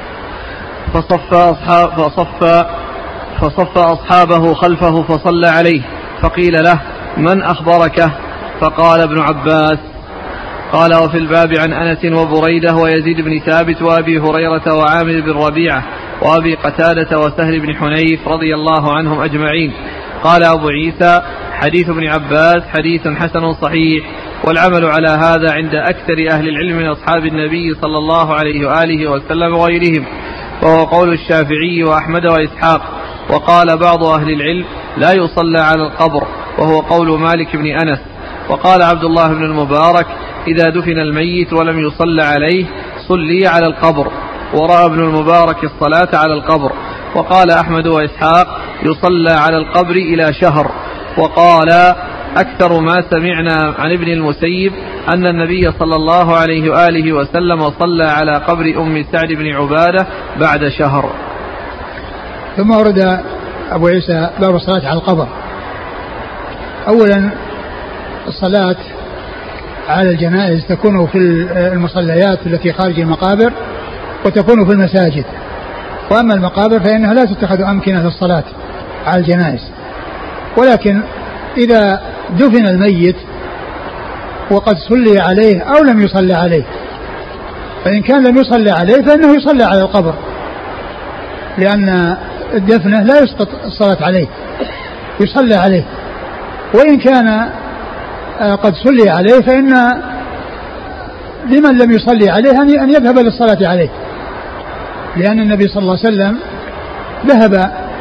فصف أصحابه خلفه فصلى عليه، فقيل له: من أخبرك؟ فقال: ابن عباس. قال: وفي الباب عن أنس وبريدة ويزيد بن ثابت وأبي هريرة وعامر بن ربيعة وأبي قتادة وسهل بن حنيف رضي الله عنهم أجمعين. قال أبو عيسى: حديث ابن عباس حديث حسن صحيح، والعمل على هذا عند أكثر أهل العلم من أصحاب النبي صلى الله عليه وآله وسلم وغيرهم، وهو قول الشافعي وأحمد وإسحاق. وقال بعض أهل العلم: لا يصلى على القبر، وهو قول مالك بن أنس. وقال عبد الله بن المبارك: إذا دفن الميت ولم يصلى عليه صلي على القبر. ورأى ابن المبارك الصلاة على القبر. وقال أحمد وإسحاق: يصلى على القبر إلى شهر. وقال: أكثر ما سمعنا عن ابن المسيب أن النبي صلى الله عليه وآله وسلم صلى على قبر أم سعد بن عبادة بعد شهر. ثم ورد أبو عيسى باب الصلاة على القبر. أولا، الصلاة على الجنائز تكون في المصليات التي خارج المقابر، وتكون في المساجد. وأما المقابر فإنها لا تتخذ أمكنة الصلاة على الجنائز. ولكن إذا دفن الميت وقد صلي عليه أو لم يصلى عليه، فإن كان لم يصلى عليه فإنه يصلى على القبر، لأن الدفنة لا يسقط الصلاة عليه، يصلى عليه. وإن كان قد صلي عليه فإن لمن لم يصلي عليه أن يذهب للصلاة عليه، لأن النبي صلى الله عليه وسلم ذهب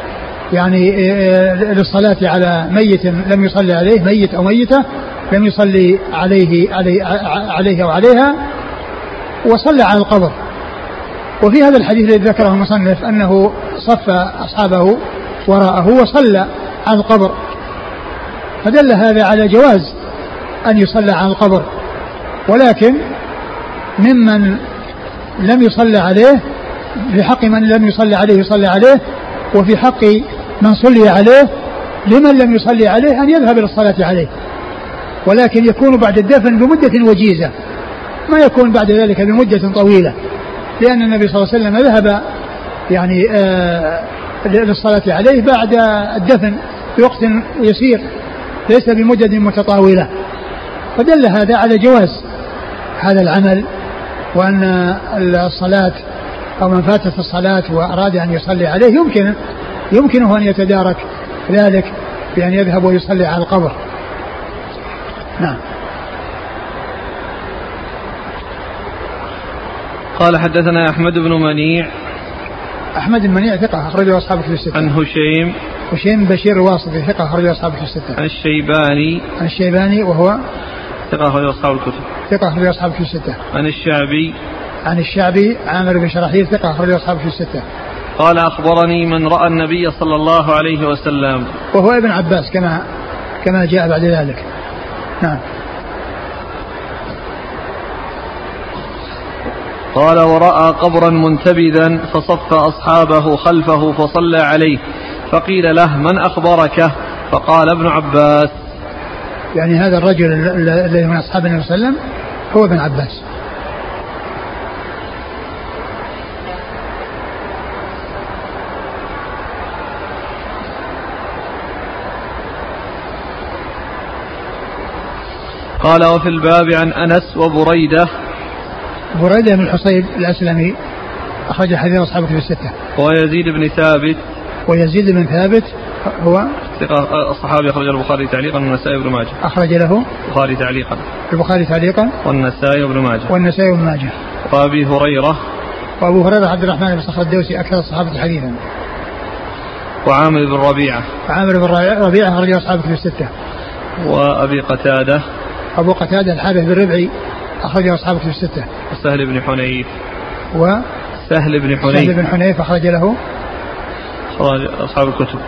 يعني للصلاة على ميت لم يصلي عليه، ميت أو ميتة لم يصلي عليه أو عليها وصلى على القبر. وفي هذا الحديث الذي ذكره المصنف أنه صف أصحابه وراءه وصلى على القبر، فدل هذا على جواز أن يصلى على القبر، ولكن ممن لم يصلى عليه، في حق من لم يصلى عليه يصلى عليه، وفي حق من صلي عليه لمن لم يصلي عليه أن يذهب إلى الصلاة عليه، ولكن يكون بعد الدفن بمدة وجيزة، ما يكون بعد ذلك بمدة طويلة، لأن النبي صلى الله عليه وسلم ذهب يعني للصلاة عليه بعد الدفن بوقت يسير ليس بمدة متطاولة، فدل هذا على جواز هذا العمل، وأن الصلاة أو من فاتت الصلاة وأراد أن يصلي عليه يمكنه أن يتدارك ذلك بأن يذهب ويصلي على القبر. نعم. قال حدثنا أحمد بن منيع. أحمد بن منيع ثقة أخرجه أصحاب الكتب الستة. عن هشيم بشير الواسطي ثقة أخرجه أصحاب الكتب الستة. عن الشيباني وهو ثقة أخرجه أصحاب الكتب. ثقة أخرجه أصحاب الكتب الستة. عن الشعبي عامر بن شراحيل ثقة أخرجه أصحاب الكتب الستة. قال أخبرني من رأى النبي صلى الله عليه وسلم، وهو ابن عباس كما جاء بعد ذلك. نعم. قال ورأى قبرا منتبذا فصف أصحابه خلفه فصلى عليه، فقيل له من أخبرك؟ فقال ابن عباس. يعني هذا الرجل الذي من أصحاب النبي صلى الله عليه وسلم هو ابن عباس. قال وفي الباب عن أنس وبريدة بن الحصيب الأسلمي أخرج حديث أصحاب الكتب الستة. ويزيد بن ثابت هو الصحابي أخرج البخاري تعليقا والنسائي بن ماجه. أخرج له البخاري تعليقا والنسائي بن ماجه. وأبو هريرة عبد الرحمن بن صخر الدوسي أكثر الصحابة حديثا. وعامر بن ربيعة أخرج أصحاب الكتب الستة. وأبي قتادة أبو قتادة الحارث بن ربعي أخرج أصحاب الكتب الستة. وسهل بن حنيف أخرج له أصحاب الكتب.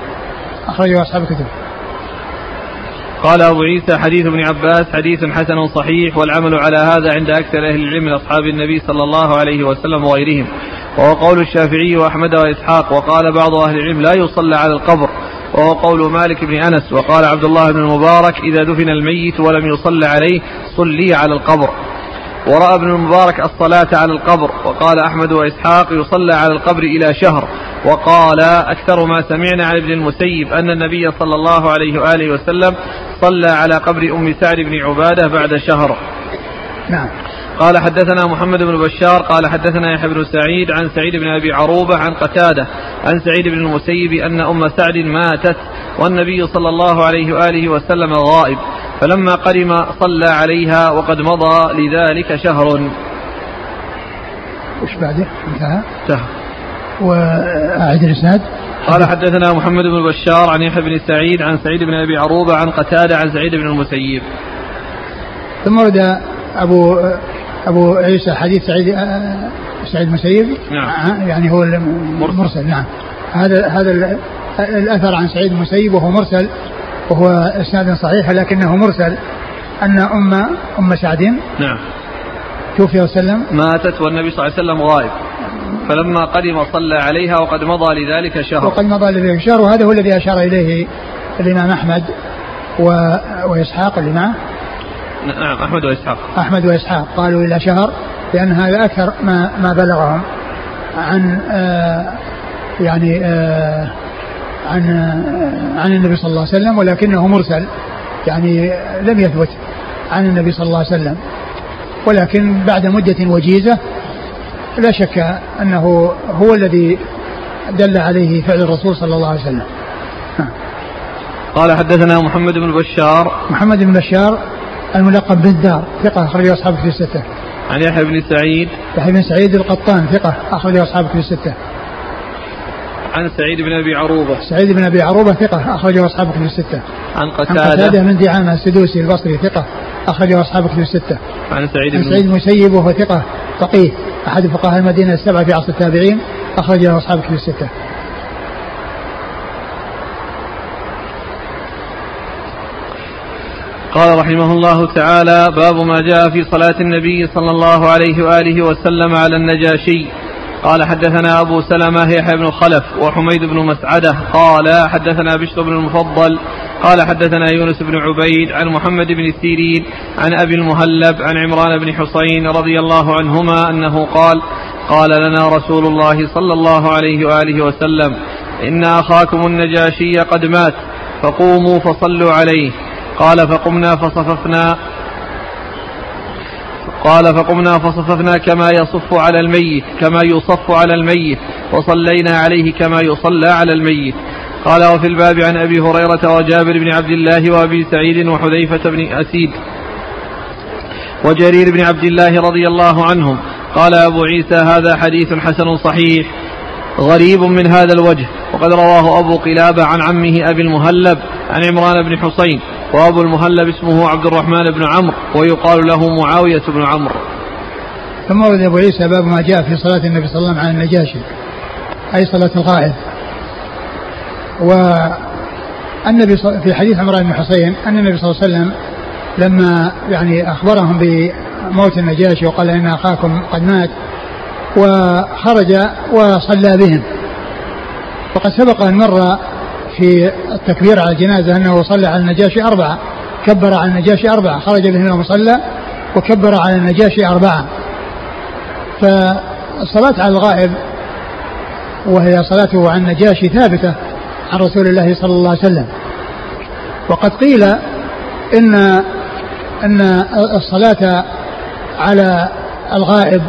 قال أبو عيسى حديث ابن عباس حديث حسن صحيح، والعمل على هذا عند أكثر أهل العلم من أصحاب النبي صلى الله عليه وسلم وغيرهم، وهو قول الشافعي وأحمد وإسحاق. وقال بعض أهل العلم لا يصلى على القبر، وهو قول مالك بن أنس. وقال عبد الله بن المبارك إذا دفن الميت ولم يصلى عليه صلي على القبر. ورأى ابن المبارك الصلاة على القبر. وقال أحمد وإسحاق يصلى على القبر إلى شهر. وقال أكثر ما سمعنا عن ابن المسيب أن النبي صلى الله عليه وآله وسلم صلى على قبر أم سعد بن عبادة بعد شهر. نعم. قال حدثنا محمد بن بشار قال حدثنا يحيى بن سعيد عن سعيد بن أبي عروبة عن قتادة عن سعيد بن المسيب أن أم سعد ماتت والنبي صلى الله عليه وآله وسلم غائب، فلما قدم صلى عليها وقد مضى لذلك شهر. وش بعده؟ انتهى. وأعد الإسناد. قال حدثنا محمد بن بشار عن يحيى بن سعيد عن سعيد بن أبي عروبة عن قتادة عن سعيد بن المسيب. ثم ورد أبو عيسى حديث سعيد المسيب. نعم. يعني هو مرسل. نعم. هذا الأثر عن سعيد المسيب وهو مرسل، وهو إسناد صحيح لكنه مرسل، أن أم سعد نعم توفي وسلم ماتت والنبي صلى الله عليه وسلم غائب، فلما قدم صلى عليها وقد مضى لذلك شهر. وهذا هو الذي أشار إليه الإمام أحمد وإسحاق اللي معه. نعم أحمد وإسحاق قالوا إلى شهر، لأن هذا أكثر ما بلغهم عن النبي صلى الله عليه وسلم، ولكنه مرسل، يعني لم يثبت عن النبي صلى الله عليه وسلم، ولكن بعد مدة وجيزة لا شك أنه هو الذي دل عليه فعل الرسول صلى الله عليه وسلم. قال حدثنا محمد بن بشار الملقب بالدار ثقة أخرجه أصحاب في الستة. عن يحيى بن سعيد القطان ثقة أخرجه أصحاب في الستة. عن سعيد بن أبي عروبة. سعيد بن أبي عروبة ثقة أخرجه أصحاب كتب الستة. عن قتادة من دعامة السدوسي البصري ثقة أخرجه أصحاب كتب الستة. عن سعيد بن المسيب وهو ثقة فقيه أحد فقهاء المدينة السبعة في عصر التابعين أخرجه أصحاب كتب الستة. قال رحمه الله تعالى: باب ما جاء في صلاة النبي صلى الله عليه وآله وسلم على النجاشي. قال حدثنا أبو سلمة يحيى بن خلف وحميد بن مسعدة قال حدثنا بشر بن المفضل قال حدثنا يونس بن عبيد عن محمد بن سيرين عن أبي المهلب عن عمران بن حسين رضي الله عنهما أنه قال لنا رسول الله صلى الله عليه وآله وسلم: إن أخاكم النجاشي قد مات فقوموا فصلوا عليه. قال فقمنا فصففنا كما يصف على الميت وصلينا عليه كما يصلى على الميت. قال وفي الباب عن أبي هريرة وجابر بن عبد الله وأبي سعيد وحذيفة بن أسيد وجرير بن عبد الله رضي الله عنهم. قال أبو عيسى: هذا حديث حسن صحيح غريب من هذا الوجه. وقد رواه أبو قلابة عن عمه أبي المهلب عن عمران بن حسين، وأبو المهلب اسمه عبد الرحمن بن عمرو ويقال له معاوية بن عمرو. ثم ورد أبو عيسى باب ما جاء في صلاة النبي صلى الله عليه وسلم على النجاشي أي صلاة الغائب. والنبي في حديث عمران بن حسين أن النبي صلى الله عليه وسلم لما أخبرهم بموت النجاشي وقال إن أخاكم قد مات وخرج وصلى بهم. وقد سبق أن مر في التكبير على الجنازة أنه صلى على النجاشي 4، كبر على النجاشي 4، خرج بهم إلى المصلى وكبر على النجاشي 4. فالصلاة على الغائب وهي صلاته على النجاشي ثابتة عن رسول الله صلى الله عليه وسلم. وقد قيل إن الصلاة على الغائب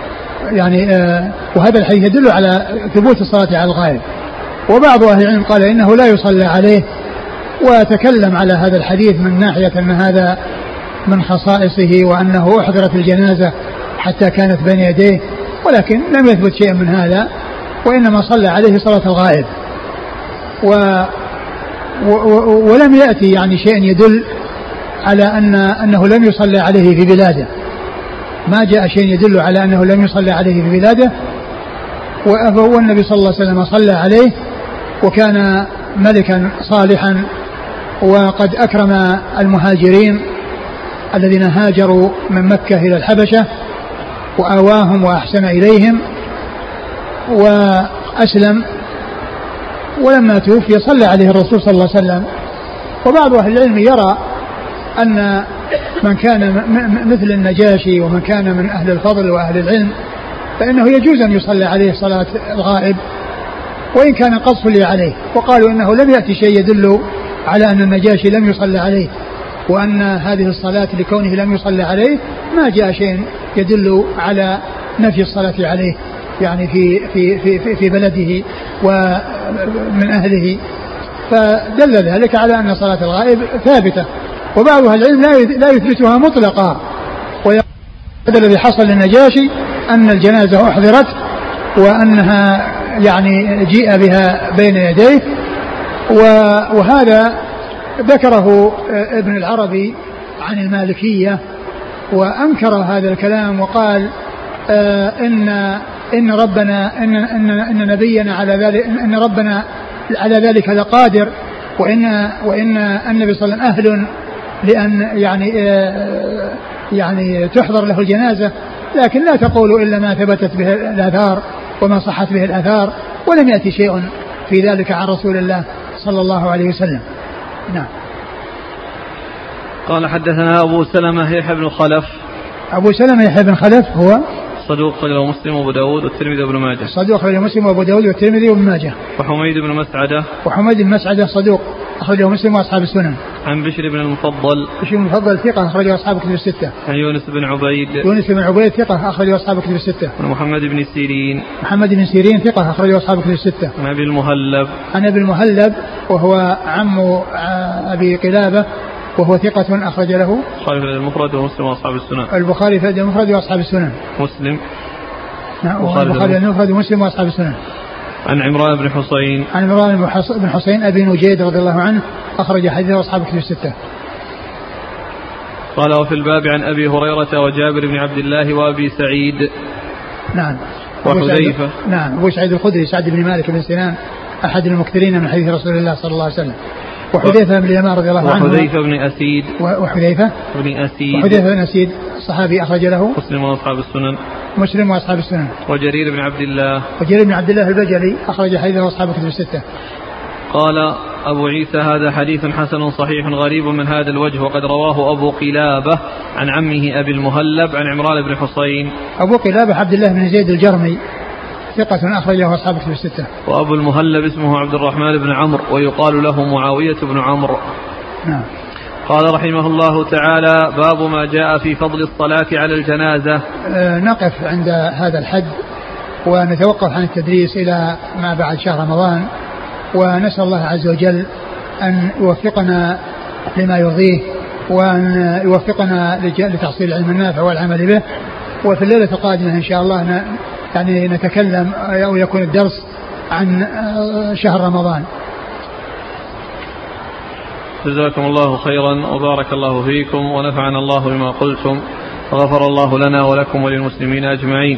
وهذا الحديث يدل على ثبوت الصلاة على الغائب. وبعض أهل العلم قال إنه لا يصلى عليه، وتكلم على هذا الحديث من ناحية أن هذا من خصائصه وأنه أحضرت الجنازة حتى كانت بين يديه، ولكن لم يثبت شيء من هذا، وإنما صلى عليه صلاة الغائب. ولم يأتي شيء يدل على أنه لم يصلى عليه في بلاده، ما جاء شيء يدل على أنه لم يصلى عليه في بلاده. والنبي صلى الله عليه وسلم صلى عليه وكان ملكا صالحا، وقد أكرم المهاجرين الذين هاجروا من مكة إلى الحبشة وآواهم وأحسن إليهم وأسلم، ولما توفي صلى عليه الرسول صلى الله عليه وسلم. وبعض أهل العلم يرى أن من كان مثل النجاشي ومن كان من أهل الفضل وأهل العلم فإنه يجوز أن يصلى عليه صلاة الغائب وإن كان قد صلي عليه. وقالوا إنه لم يأتي شيء يدل على أن النجاشي لم يصلى عليه، وأن هذه الصلاة لكونه لم يصلى عليه ما جاء شيء يدل على نفي الصلاة عليه في بلده ومن أهله، فدل ذلك على أن صلاة الغائب ثابتة. وبعض أهل العلم لا يثبتها مطلقا، وهذا الذي حصل للنجاشي أن الجنازة أحضرت وأنها جيء بها بين يديه. وهذا ذكره ابن العربي عن المالكية وأنكر هذا الكلام وقال إن ربنا إن نبينا على ذلك، إن ربنا على ذلك لقادر، وإن النبي صلى الله عليه وسلم أهل لأن تحضر له الجنازة، لكن لا تقول إلا ما ثبتت به الآثار وما صحت به الآثار، ولم يأتي شيء في ذلك عن رسول الله صلى الله عليه وسلم. نعم. قال حدثنا أبو سلمة يحيى بن خلف. أبو سلمة يحيى بن خلف هو صدوق أخرجه مسلم وأبو داود والترمذي وابن ماجه. صدوق أخرجه مسلم وأبو داود والترمذي وابن ماجه. وحميد بن مسعدة. وحميد بن مسعدة صدوق أخرجه مسلم وأصحاب السنن. عن بشر بن المفضل. بشر بن المفضل ثقة أخرجه أصحاب كتب الستة. عن يونس بن عبيد. يونس بن عبيد ثقة أخرجه أصحاب كتب الستة. عن محمد بن سيرين. محمد بن سيرين ثقة أخرجه أصحاب كتب الستة. عن أبي المهلب. عن أبي المهلب وهو عم أبي قلابة وهو ثقة أخرج له البخاري في المفرد ومسلم وأصحاب السنن. البخاري في المفرد وأصحاب السنن. مسلم. البخاري المفرد ومسلم وأصحاب السنن. عن عمران بن حصين. عن عمران بن حصين أبي نجيد رضي الله عنه أخرج حديثه أصحاب الكتب الستة. قال وفي الباب عن أبي هريرة وجابر بن عبد الله وأبي سعيد. نعم. وحذيفة. نعم. أبو سعيد الخدري سعد بن مالك بن سنان أحد المكثرين من حديث رسول الله صلى الله عليه وسلم. وحذيفة بن اليمان رضي الله عنه. وحذيفة بن أسيد. وحذيفة بن أسيد صحابي أخرج له مسلم وأصحاب السنن. مسلم وأصحاب السنن. وجرير بن عبد الله. وجرير بن عبد الله البجلي أخرج حديثه أصحاب الكتب الستة. قال أبو عيسى هذا حديث حسن صحيح غريب من هذا الوجه وقد رواه أبو قلابة عن عمه أبي المهلب عن عمران بن حصين. أبو قلابة عبد الله بن زيد الجرمي ثقة أخرجه أصحاب الكتب الستة. وأبو المهلب اسمه عبد الرحمن بن عمرو ويقال له معاوية بن عمرو. نعم. قال رحمه الله تعالى باب ما جاء في فضل الصلاة على الجنازة. نقف عند هذا الحد ونتوقف عن التدريس إلى ما بعد شهر رمضان، ونسأل الله عز وجل أن يوفقنا لما يرضيه وأن يوفقنا لتحصيل العلم النافع والعمل به. وفي الليلة القادمة إن شاء الله يعني نتكلم أو يكون الدرس عن شهر رمضان. جزاكم الله خيرا وبارك الله فيكم ونفعنا الله بما قلتم وغفر الله لنا ولكم وللمسلمين أجمعين.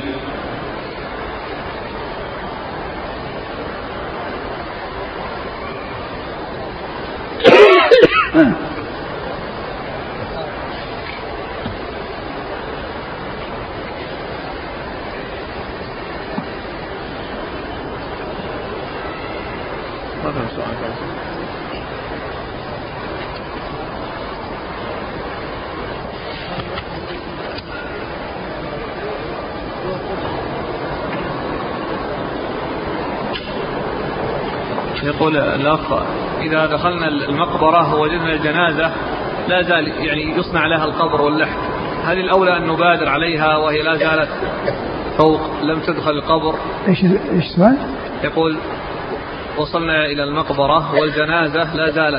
يقول الأخ إذا دخلنا المقبرة ووجدنا الجنازة لا زال يعني يصنع لها القبر واللحد، هل الأولى أن نبادر عليها وهي لا زالت فوق لم تدخل القبر؟ إيش السؤال؟ يقول وصلنا إلى المقبرة والجنازة لا زالت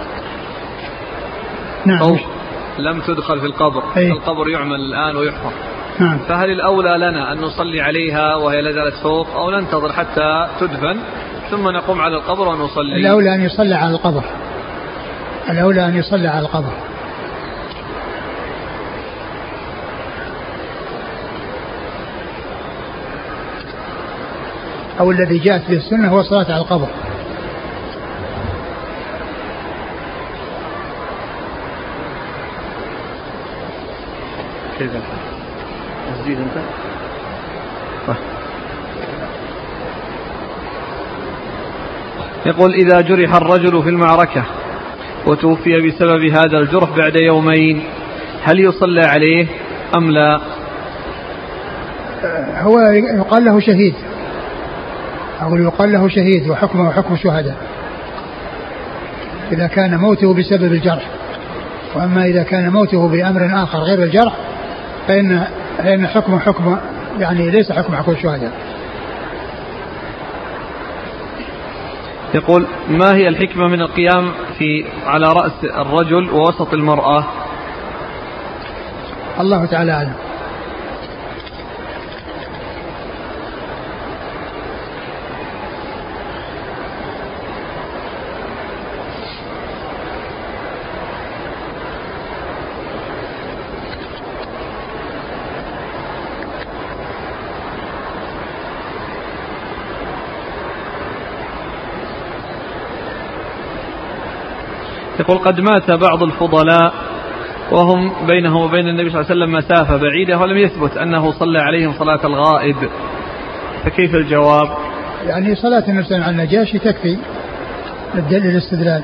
فوق لم تدخل في القبر، القبر يعمل الآن ويحفر، فهل الأولى لنا أن نصلي عليها وهي لا زالت فوق أو ننتظر حتى تدفن ثم نقوم على القبر ونصلي؟ الأولى أن يصلى على القبر، الأولى أن يصلى على القبر. أو الذي جاءت به السنة هو الصلاة على القبر. كيف تزيد أنت؟ يقول إذا جرح الرجل في المعركة وتوفي بسبب هذا الجرح بعد يومين هل يصلى عليه أم لا؟ هو يقال له شهيد، أو يقال له شهيد وحكمه حكم الشهداء إذا كان موته بسبب الجرح. وأما إذا كان موته بأمر آخر غير الجرح فإن حكمه حكم يعني ليس حكم الشهداء. يقول ما هي الحكمة من القيام على رأس الرجل ووسط المرأة؟ الله تعالى أعلم. يقول قد مات بعض الفضلاء وهم بينه وبين النبي صلى الله عليه وسلم مسافة بعيدة ولم يثبت أنه صلى عليهم صلاة الغائب، فكيف الجواب؟ يعني صلاة النبي على النجاشي تكفي للاستدلال.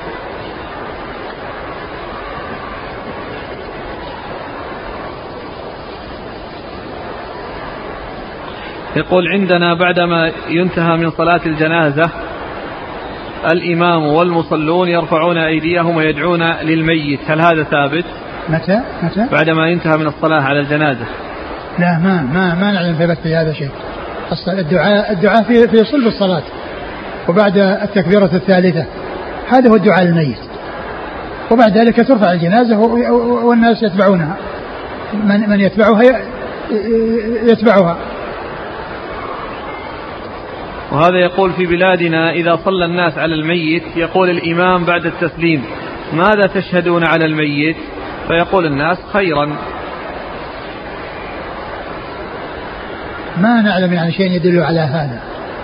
يقول عندنا بعدما ينتهى من صلاة الجنازة الإمام والمصلون يرفعون أيديهم ويدعون للميت، هل هذا ثابت؟ متى؟ بعدما ينتهى من الصلاة على الجنازة. لا ما نعلم ثبت في هذا شيء. الدعاء في صلب الصلاة وبعد التكبيرة الثالثة هذا هو الدعاء للميت، وبعد ذلك ترفع الجنازة والناس يتبعونها، من يتبعها. وهذا يقول في بلادنا إذا صلى الناس على الميت يقول الإمام بعد التسليم ماذا تشهدون على الميت؟ فيقول الناس خيرا. ما نعلم يعني شيء يدل على هذا،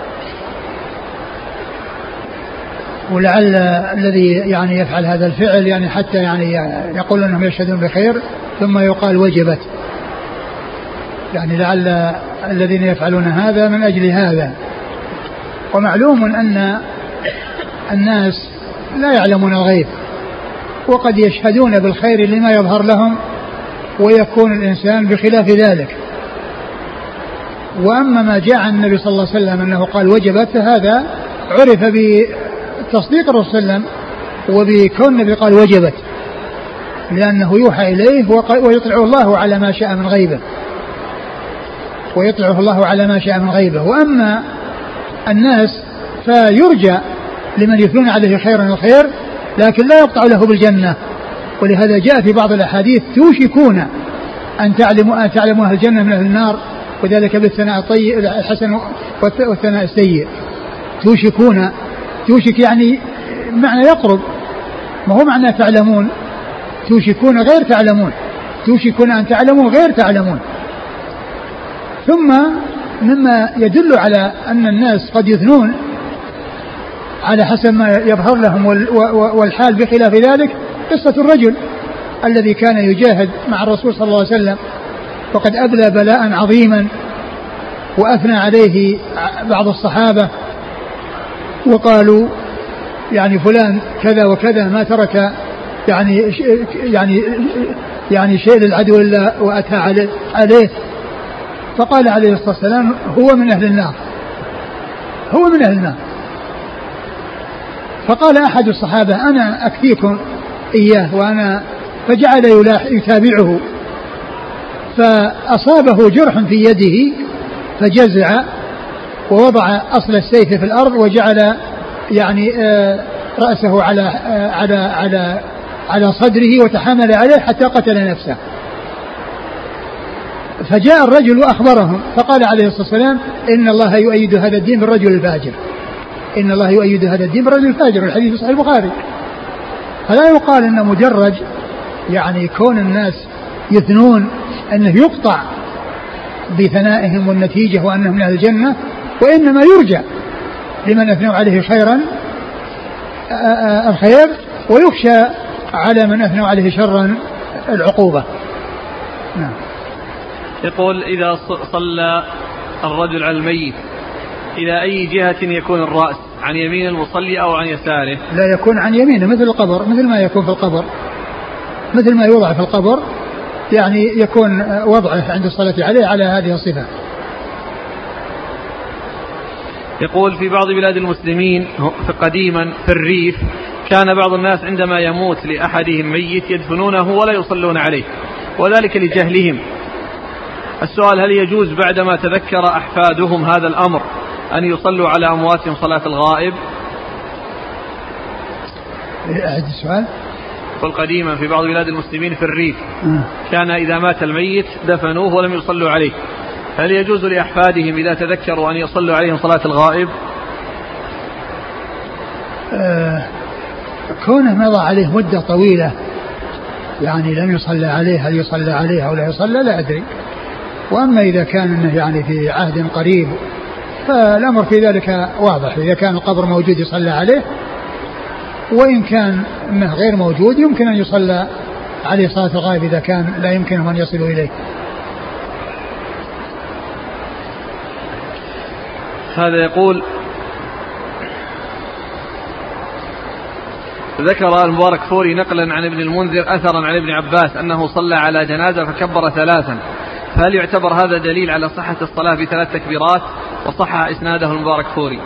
ولعل الذي يعني يفعل هذا الفعل يعني حتى يعني يقول أنهم يشهدون بخير ثم يقال وجبت، يعني لعل الذين يفعلون هذا من أجل هذا. ومعلوم أن الناس لا يعلمون الغيب، وقد يشهدون بالخير لما يظهر لهم ويكون الإنسان بخلاف ذلك. وأما ما جاء عن النبي صلى الله عليه وسلم أنه قال وجبت، هذا عرف بتصديق الرسول صلى الله عليه وسلم وبكون النبي قال وجبت، لأنه يوحى إليه ويطلع الله على ما شاء من غيبه، ويطلعه الله على ما شاء من غيبه. وأما الناس فيرجى لمن يثنون عليه خيرا الخير، لكن لا يقطع له بالجنة. ولهذا جاء في بعض الأحاديث توشكون أن تعلموا أهل الجنة من أهل النار، وذلك بالثناء الطيب الحسن والثناء السيء. توشك يعني معنى يقرب، ما هو معنى تعلمون. توشكون غير تعلمون، توشكون أن تعلموا غير تعلمون. ثم مما يدل على أن الناس قد يثنون على حسب ما يظهر لهم والحال بخلاف ذلك قصة الرجل الذي كان يجاهد مع الرسول صلى الله عليه وسلم وقد أبلى بلاء عظيما، وأثنى عليه بعض الصحابة وقالوا يعني فلان كذا وكذا ما ترك يعني شيء للعدو إلا وأتى عليه. فقال عليه الصلاة والسلام هو من أهل النار، هو من أهل النار. فقال أحد الصحابة أنا أكفيكم إياه، فجعل يتابعه، فأصابه جرح في يده فجزع ووضع أصل السيف في الأرض وجعل يعني رأسه على صدره وتحامل عليه حتى قتل نفسه. فجاء الرجل وأخبرهم فقال عليه الصلاة والسلام إن الله يؤيد هذا الدين بالرجل الفاجر، إن الله يؤيد هذا الدين بالرجل الفاجر، الحديث في صحيح البخاري. فلا يقال إن مجرد يعني كون الناس يثنون أنه يقطع بثنائهم والنتيجة وأنهم من أهل الجنة، وإنما يرجع لمن أثنوا عليه خيرا الخير، ويخشى على من أثنوا عليه شرا العقوبة. نعم. يقول إذا صلى الرجل على الميت إلى أي جهة يكون الرأس؟ عن يمين المصلي أو عن يساره؟ لا، يكون عن يمينه مثل القبر، مثل ما يكون في القبر، مثل ما يوضع في القبر، يعني يكون وضعه عند الصلاة عليه على هذه الصفة. يقول في بعض بلاد المسلمين قديما في الريف كان بعض الناس عندما يموت لأحدهم ميت يدفنونه ولا يصلون عليه، وذلك لجهلهم. السؤال هل يجوز بعدما تذكر أحفادهم هذا الأمر أن يصلوا على أمواتهم صلاة الغائب؟ أعد السؤال. قديما في بعض بلاد المسلمين في الريف كان إذا مات الميت دفنوه ولم يصلوا عليه، هل يجوز لأحفادهم إذا تذكروا أن يصلوا عليهم صلاة الغائب؟ كونه مضى عليه مدة طويلة يعني لم يصلى عليه، هل يصلى عليه أو لا يصلى لا أدري. وأما إذا كان إنه يعني في عهد قريب فالأمر في ذلك واضح، إذا كان القبر موجود يصلى عليه، وإن كان إنه غير موجود يمكن أن يصلى عليه صلاة الغائب إذا كان لا يمكنهم أن يصلوا إليه. هذا يقول ذكر المبارك فوري نقلا عن ابن المنذر أثرا عن ابن عباس أنه صلى على جنازة فكبر 3، فهل يعتبر هذا دليل على صحة الصلاة ب3 تكبيرات؟ وصح إسناده المبارك فوري.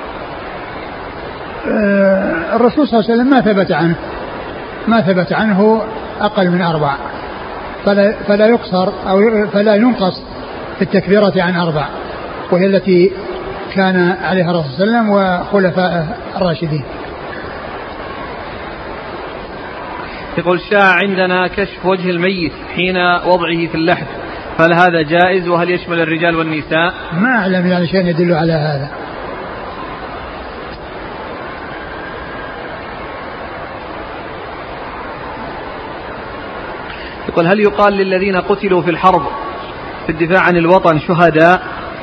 الرسول صلى الله عليه وسلم ما ثبت عنه أقل من 4، فلا يقصر أو فلا ينقص في التكبيرة عن 4، وهي التي كان عليها الرسول صلى الله عليه وسلم وخلفائه الراشدين. يقول شاع عندنا كشف وجه الميت حين وضعه في اللحد، فهل هذا جائز؟ وهل يشمل الرجال والنساء؟ ما أعلم يعني شيء يدل على هذا. يقول هل يقال للذين قتلوا في الحرب في الدفاع عن الوطن شهداء؟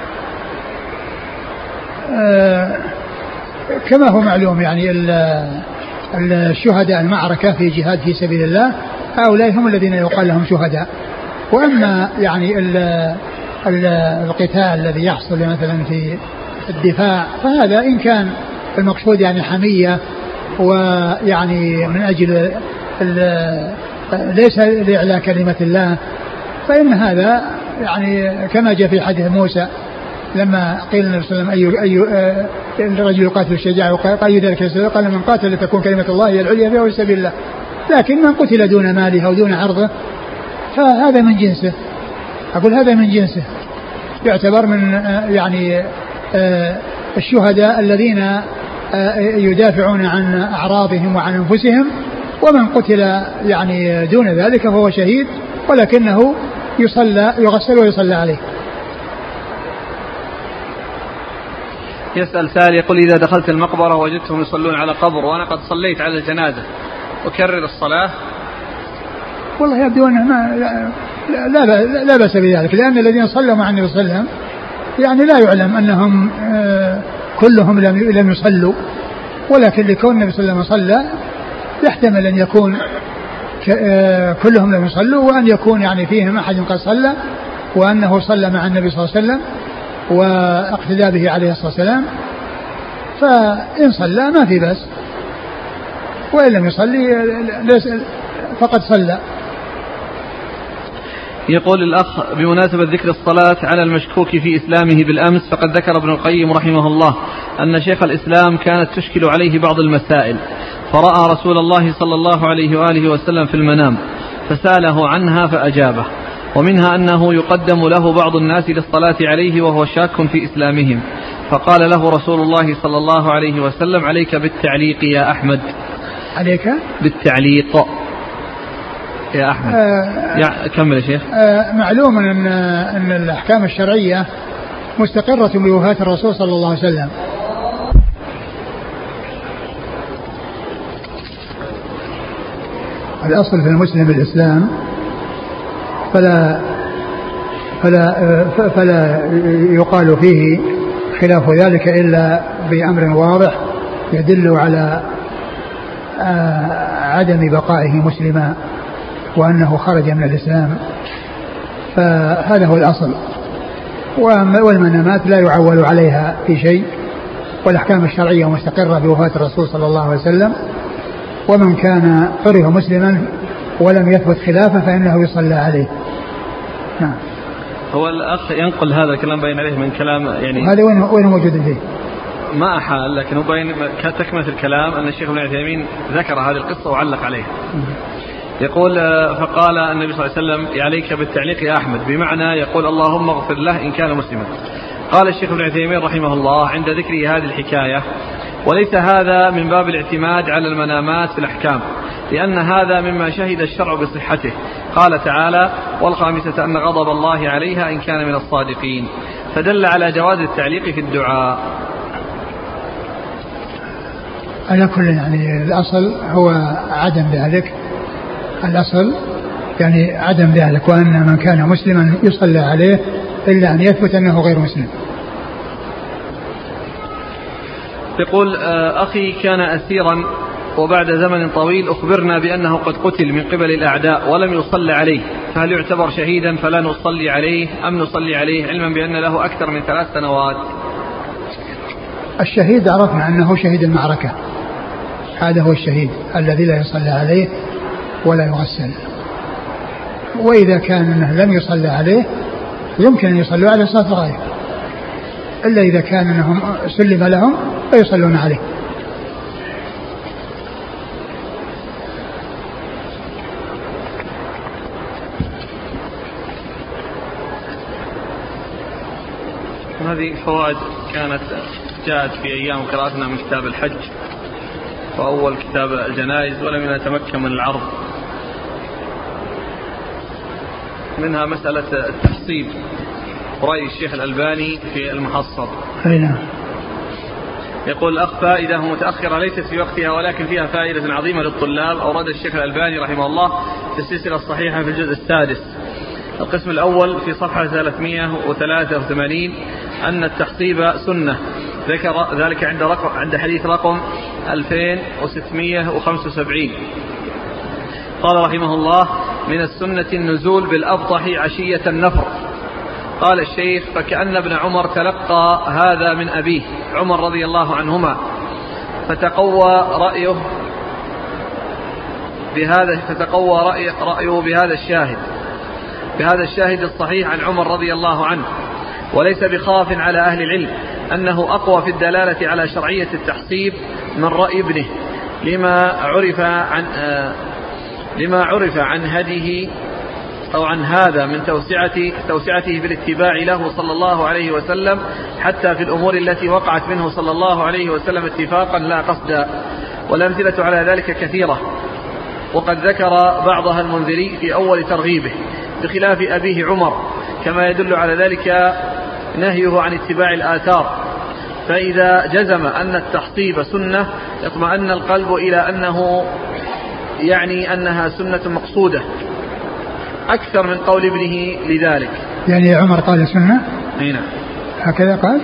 كما هو معلوم يعني الشهداء المعركة في جهاد في سبيل الله هؤلاء هم الذين يقال لهم شهداء. وأما يعني القتال الذي يحصل مثلا في الدفاع فهذا إن كان المقصود يعني حمية ويعني من أجل ليس لإعلاء كلمة الله فإن هذا يعني كما جاء في حديث موسى لما قيل النبي صلى الله عليه وسلم أي الرجل يقاتل الشجاع وقال أي ذلك السبب قال من قاتل لتكون كلمة الله هي العليا فهو في سبيل الله. لكن من قتل دون ماله أو دون عرضه فهذا من جنسه. أقول هذا من جنسه يعتبر من يعني الشهداء الذين يدافعون عن أعراضهم وعن أنفسهم. ومن قتل يعني دون ذلك فهو شهيد ولكنه يغسل ويصلى عليه. يسأل سائل يقول إذا دخلت المقبرة وجدتهم يصلون على قبر وأنا قد صليت على الجنازة أكرر الصلاة؟ والله يبدو أنه لا بأس بذلك لأن الذين صلوا مع النبي صلى الله عليه وسلم يعني لا يعلم أنهم كلهم لم يصلوا ولكن لكون النبي صلى الله عليه وسلم صلى يحتمل أن يكون كلهم لم يصلوا وأن يكون يعني فيهم أحد قد صلى وأنه صلى مع النبي صلى الله عليه وسلم واقتدى به عليه الصلاة والسلام فإن صلى ما في بأس وإن لم يصلي فقد صلى. يقول الأخ بمناسبة ذكر الصلاة على المشكوك في إسلامه بالأمس فقد ذكر ابن القيم رحمه الله أن شيخ الإسلام كانت تشكل عليه بعض المسائل فرأى رسول الله صلى الله عليه وآله وسلم في المنام فسأله عنها فأجابه ومنها أنه يقدم له بعض الناس للصلاة عليه وهو شاك في إسلامهم فقال له رسول الله صلى الله عليه وسلم عليك بالتعليق يا أحمد. عليك بالتعليق يا أحمد. كمل يا شيخ. معلوم أن الأحكام الشرعية مستقرة بوفاة الرسول صلى الله عليه وسلم. الأصل في المسلم الإسلام فلا يقال فيه خلاف ذلك إلا بأمر واضح يدل على عدم بقائه مسلما وأنه خرج من الإسلام فهذا هو الأصل. والمنامات لا يعول عليها في شيء والأحكام الشرعية مستقرة بوفاة الرسول صلى الله عليه وسلم ومن كان عرف مسلما ولم يثبت خلافه فإنه يصلى عليه. نعم. هو الأخ ينقل هذا الكلام بين عليه من كلام يعني هذا وين موجود فيه ما أحال لكن هو بين تكملة الكلام أن الشيخ ابن عثيمين ذكر هذه القصة وعلق عليها. يقول فقال النبي صلى الله عليه وسلم عليك بالتعليق يا أحمد بمعنى يقول اللهم اغفر له إن كان مسلما. قال الشيخ ابن عثيمين رحمه الله عند ذكر هذه الحكاية وليس هذا من باب الاعتماد على المنامات في الأحكام لأن هذا مما شهد الشرع بصحته. قال تعالى والخامسة أن غضب الله عليها إن كان من الصادقين فدل على جواز التعليق في الدعاء. على كل يعني الأصل هو عدم ذلك الأصل يعني عدم ذلك وأن من كان مسلما يصلى عليه إلا أن يثبت أنه غير مسلم. يقول أخي كان أسيرا وبعد زمن طويل أخبرنا بأنه قد قتل من قبل الأعداء ولم يصلى عليه فهل يعتبر شهيدا فلا نصلي عليه أم نصلي عليه علما بأن له أكثر من 3 سنوات؟ الشهيد عرفنا أنه شهيد المعركة هذا هو الشهيد الذي لا يصلى عليه ولا يغسل. وإذا كان لم يصلى عليه يمكن أن يصلوا على صلاة الغائب إلا إذا كان أنهم سلم لهم فيصلون عليه. هذه فوائد كانت جاءت في أيام قراءتنا من كتاب الحج وأول كتاب الجنائز ولم نتمكن من العرض. منها مسألة التحصيب رأي الشيخ الألباني في المحصب. يقول الأخ فائدة متأخرة ليست في وقتها ولكن فيها فائدة عظيمة للطلاب أورد الشيخ الألباني رحمه الله في السلسلة الصحيحة في الجزء السادس. القسم الأول في صفحة 383 أن التحصيب سنة، ذكر ذلك عند حديث رقم 2675. قال رحمه الله: من السنة النزول بالأبطح عشية النفر. قال الشيخ: فكأن ابن عمر تلقى هذا من أبيه عمر رضي الله عنهما، فتقوى رأيه بهذا الشاهد الصحيح عن عمر رضي الله عنه، وليس بخاف على أهل العلم أنه أقوى في الدلالة على شرعية التحصيب من رأي ابنه، لما عرف عن هديه أو عن هذا من توسعته بالاتباع له صلى الله عليه وسلم، حتى في الأمور التي وقعت منه صلى الله عليه وسلم اتفاقا لا قصدا. والأمثلة على ذلك كثيرة، وقد ذكر بعضها المنذري في أول ترغيبه، بخلاف أبيه عمر، كما يدل على ذلك نهيه عن اتباع الآثار. فإذا جزم أن التحصيب سنة اطمأن القلب إلى أنه يعني أنها سنة مقصودة أكثر من قول ابنه لذلك. يعني عمر قال سنة؟ نعم هكذا قال.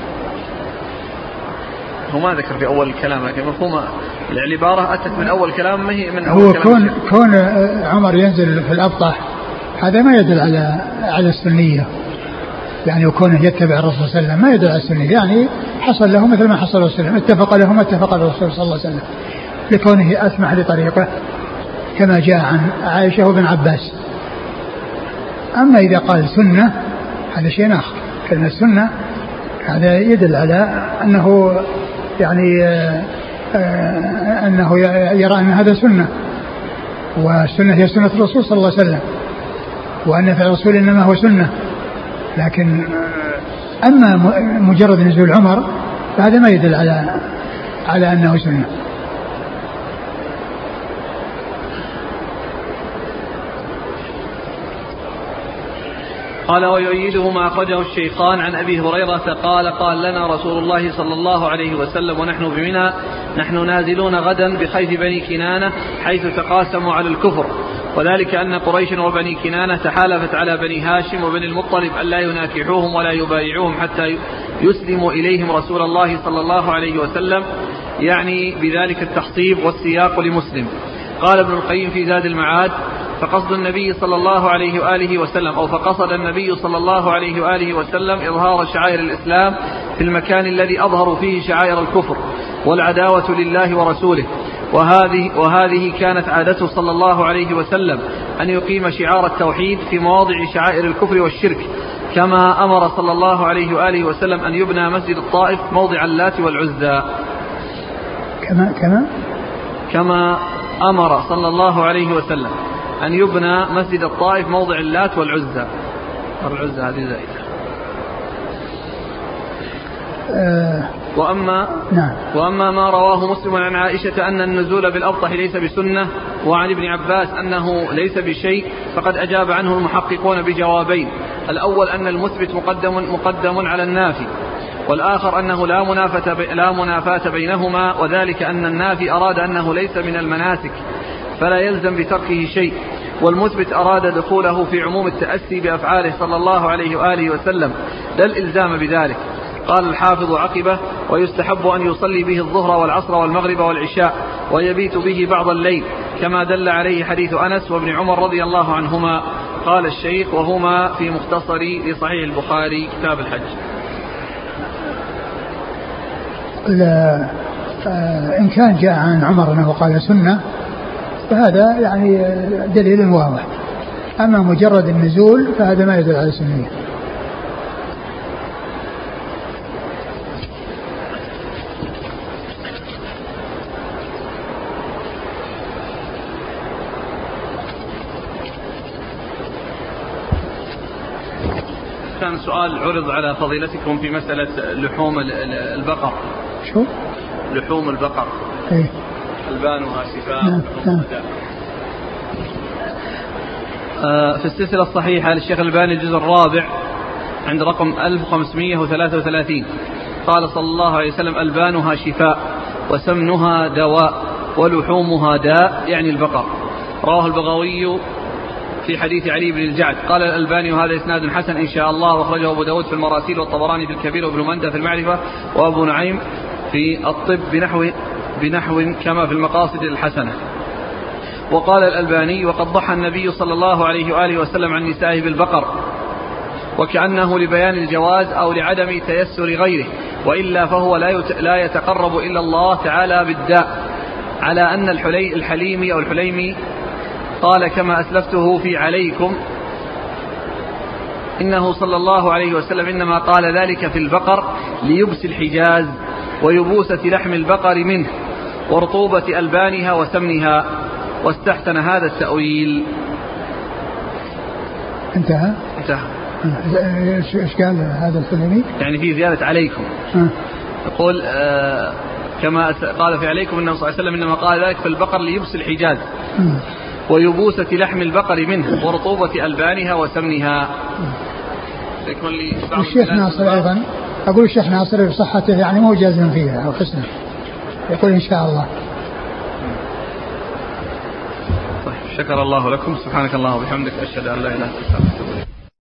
هو ما ذكر في أول الكلام، لكن مفهوم العبارة أتت من أول كلام، ما هي من أول هو كلام. كون عمر ينزل في الأبطح هذا ما يدل على السنية، يعني وكونه يتبع الرسول صلى الله عليه وسلم ما يدل على السنية، يعني حصل له مثل ما حصل الرسول، اتفق له ما اتفق الرسول صلى الله عليه وسلم، لكونه أسمح لطريقه كما جاء عن عائشة وابن عباس. أما إذا قال سنة هذا شيء آخر، كلمة السنة هذا يدل على أنه يعني أنه يرى أن هذا سنة، والسنة هي سنة الرسول صلى الله عليه وسلم، وأن في الرسول إنما هو سنة. لكن أما مجرد نزول عمر فهذا ما يدل على أنه سنة. قال: ويؤيده ما أخرجه الشيخان عن أبي هريرة قال لنا رسول الله صلى الله عليه وسلم ونحن بمنى: نحن نازلون غدا بخيف بني كنانة حيث تقاسموا على الكفر، وذلك أن قريش وبني كنانة تحالفت على بني هاشم وبني المطلب ألا يناكحوهم ولا يبايعوهم حتى يسلموا إليهم رسول الله صلى الله عليه وسلم، يعني بذلك التحصيب والسياق لمسلم. قال ابن القيم في زاد المعاد: فقصد النبي صلى الله عليه وآله وسلم فقصد النبي صلى الله عليه وآله وسلم إظهار شعائر الإسلام في المكان الذي أظهر فيه شعائر الكفر والعداوة لله ورسوله، وهذه كانت عادته صلى الله عليه وسلم أن يقيم شعار التوحيد في مواضع شعائر الكفر والشرك، كما أمر صلى الله عليه وآله وسلم أن يبنى مسجد الطائف موضع اللات والعزى. كما أمر صلى الله عليه وسلم أن يبنى مسجد الطائف موضع اللات والعزى. العزى هذه زائدة. وأما ما رواه مسلم عن عائشة أن النزول بالأبطح ليس بسنة، وعن ابن عباس أنه ليس بشيء، فقد أجاب عنه المحققون بجوابين: الأول أن المثبت مقدم على النافي، والآخر أنه لا منافاة بينهما، وذلك أن النافي أراد أنه ليس من المناسك فلا يلزم بتركه شيء، والمثبت أراد دخوله في عموم التأسي بأفعاله صلى الله عليه وآله وسلم لا الإلزام بذلك. قال الحافظ عقبه: ويستحب أن يصلي به الظهر والعصر والمغرب والعشاء ويبيت به بعض الليل، كما دل عليه حديث أنس وابن عمر رضي الله عنهما. قال الشيخ: وهما في مختصر لصحيح البخاري كتاب الحج. إن كان جاء عن عمر أنه قال سنة فهذا يعني دليل واضح، أما مجرد النزول فهذا ما يدل على السنية. كان سؤال عرض على فضيلتكم في مسألة لحوم البقر. شو؟ لحوم البقر. إيه؟ ألبانها شفاء. في السلسلة الصحيحة للشيخ الألباني الجزء الرابع عند رقم 1533 قال صلى الله عليه وسلم: ألبانها شفاء وسمنها دواء ولحومها داء، يعني البقر. رواه البغوي في حديث علي بن الجعد. قال الألباني وهذا إسناد حسن إن شاء الله، واخرجه أبو داود في المراسيل والطبراني في الكبير وابن مندة في المعرفة وأبو نعيم في الطب بنحو كما في المقاصد الحسنة. وقال الألباني وقد ضحى النبي صلى الله عليه وآله وسلم عن نسائه بالبقر، وكأنه لبيان الجواز أو لعدم تيسر غيره، وإلا فهو لا يتقرب إلا الله تعالى بالداء، على أن الحليمي أو الحليمي قال كما أسلفته في عليكم إنه صلى الله عليه وسلم إنما قال ذلك في البقر ليبس الحجاز ويبوسة لحم البقر منه ورطوبة ألبانها وسمنها، واستحسن هذا التأويل. انتهى. ايش قال هذا الحليمي؟ يعني في زيادة عليكم. يقول كما قال في عليكم إنه صلى الله عليه وسلم إنما قال ذلك في البقر ليبس الحجاز ويبوسة لحم البقر منه ورطوبة ألبانها وسمنها. الشيخ ناصر أيضا أقول الشيخ ناصر بصحته يعني مو جازم فيها أو حسنه، يقول إن شاء الله. طيب شكر الله لكم، سبحانك الله وبحمدك، أشهد أن لا إله إلا أنت.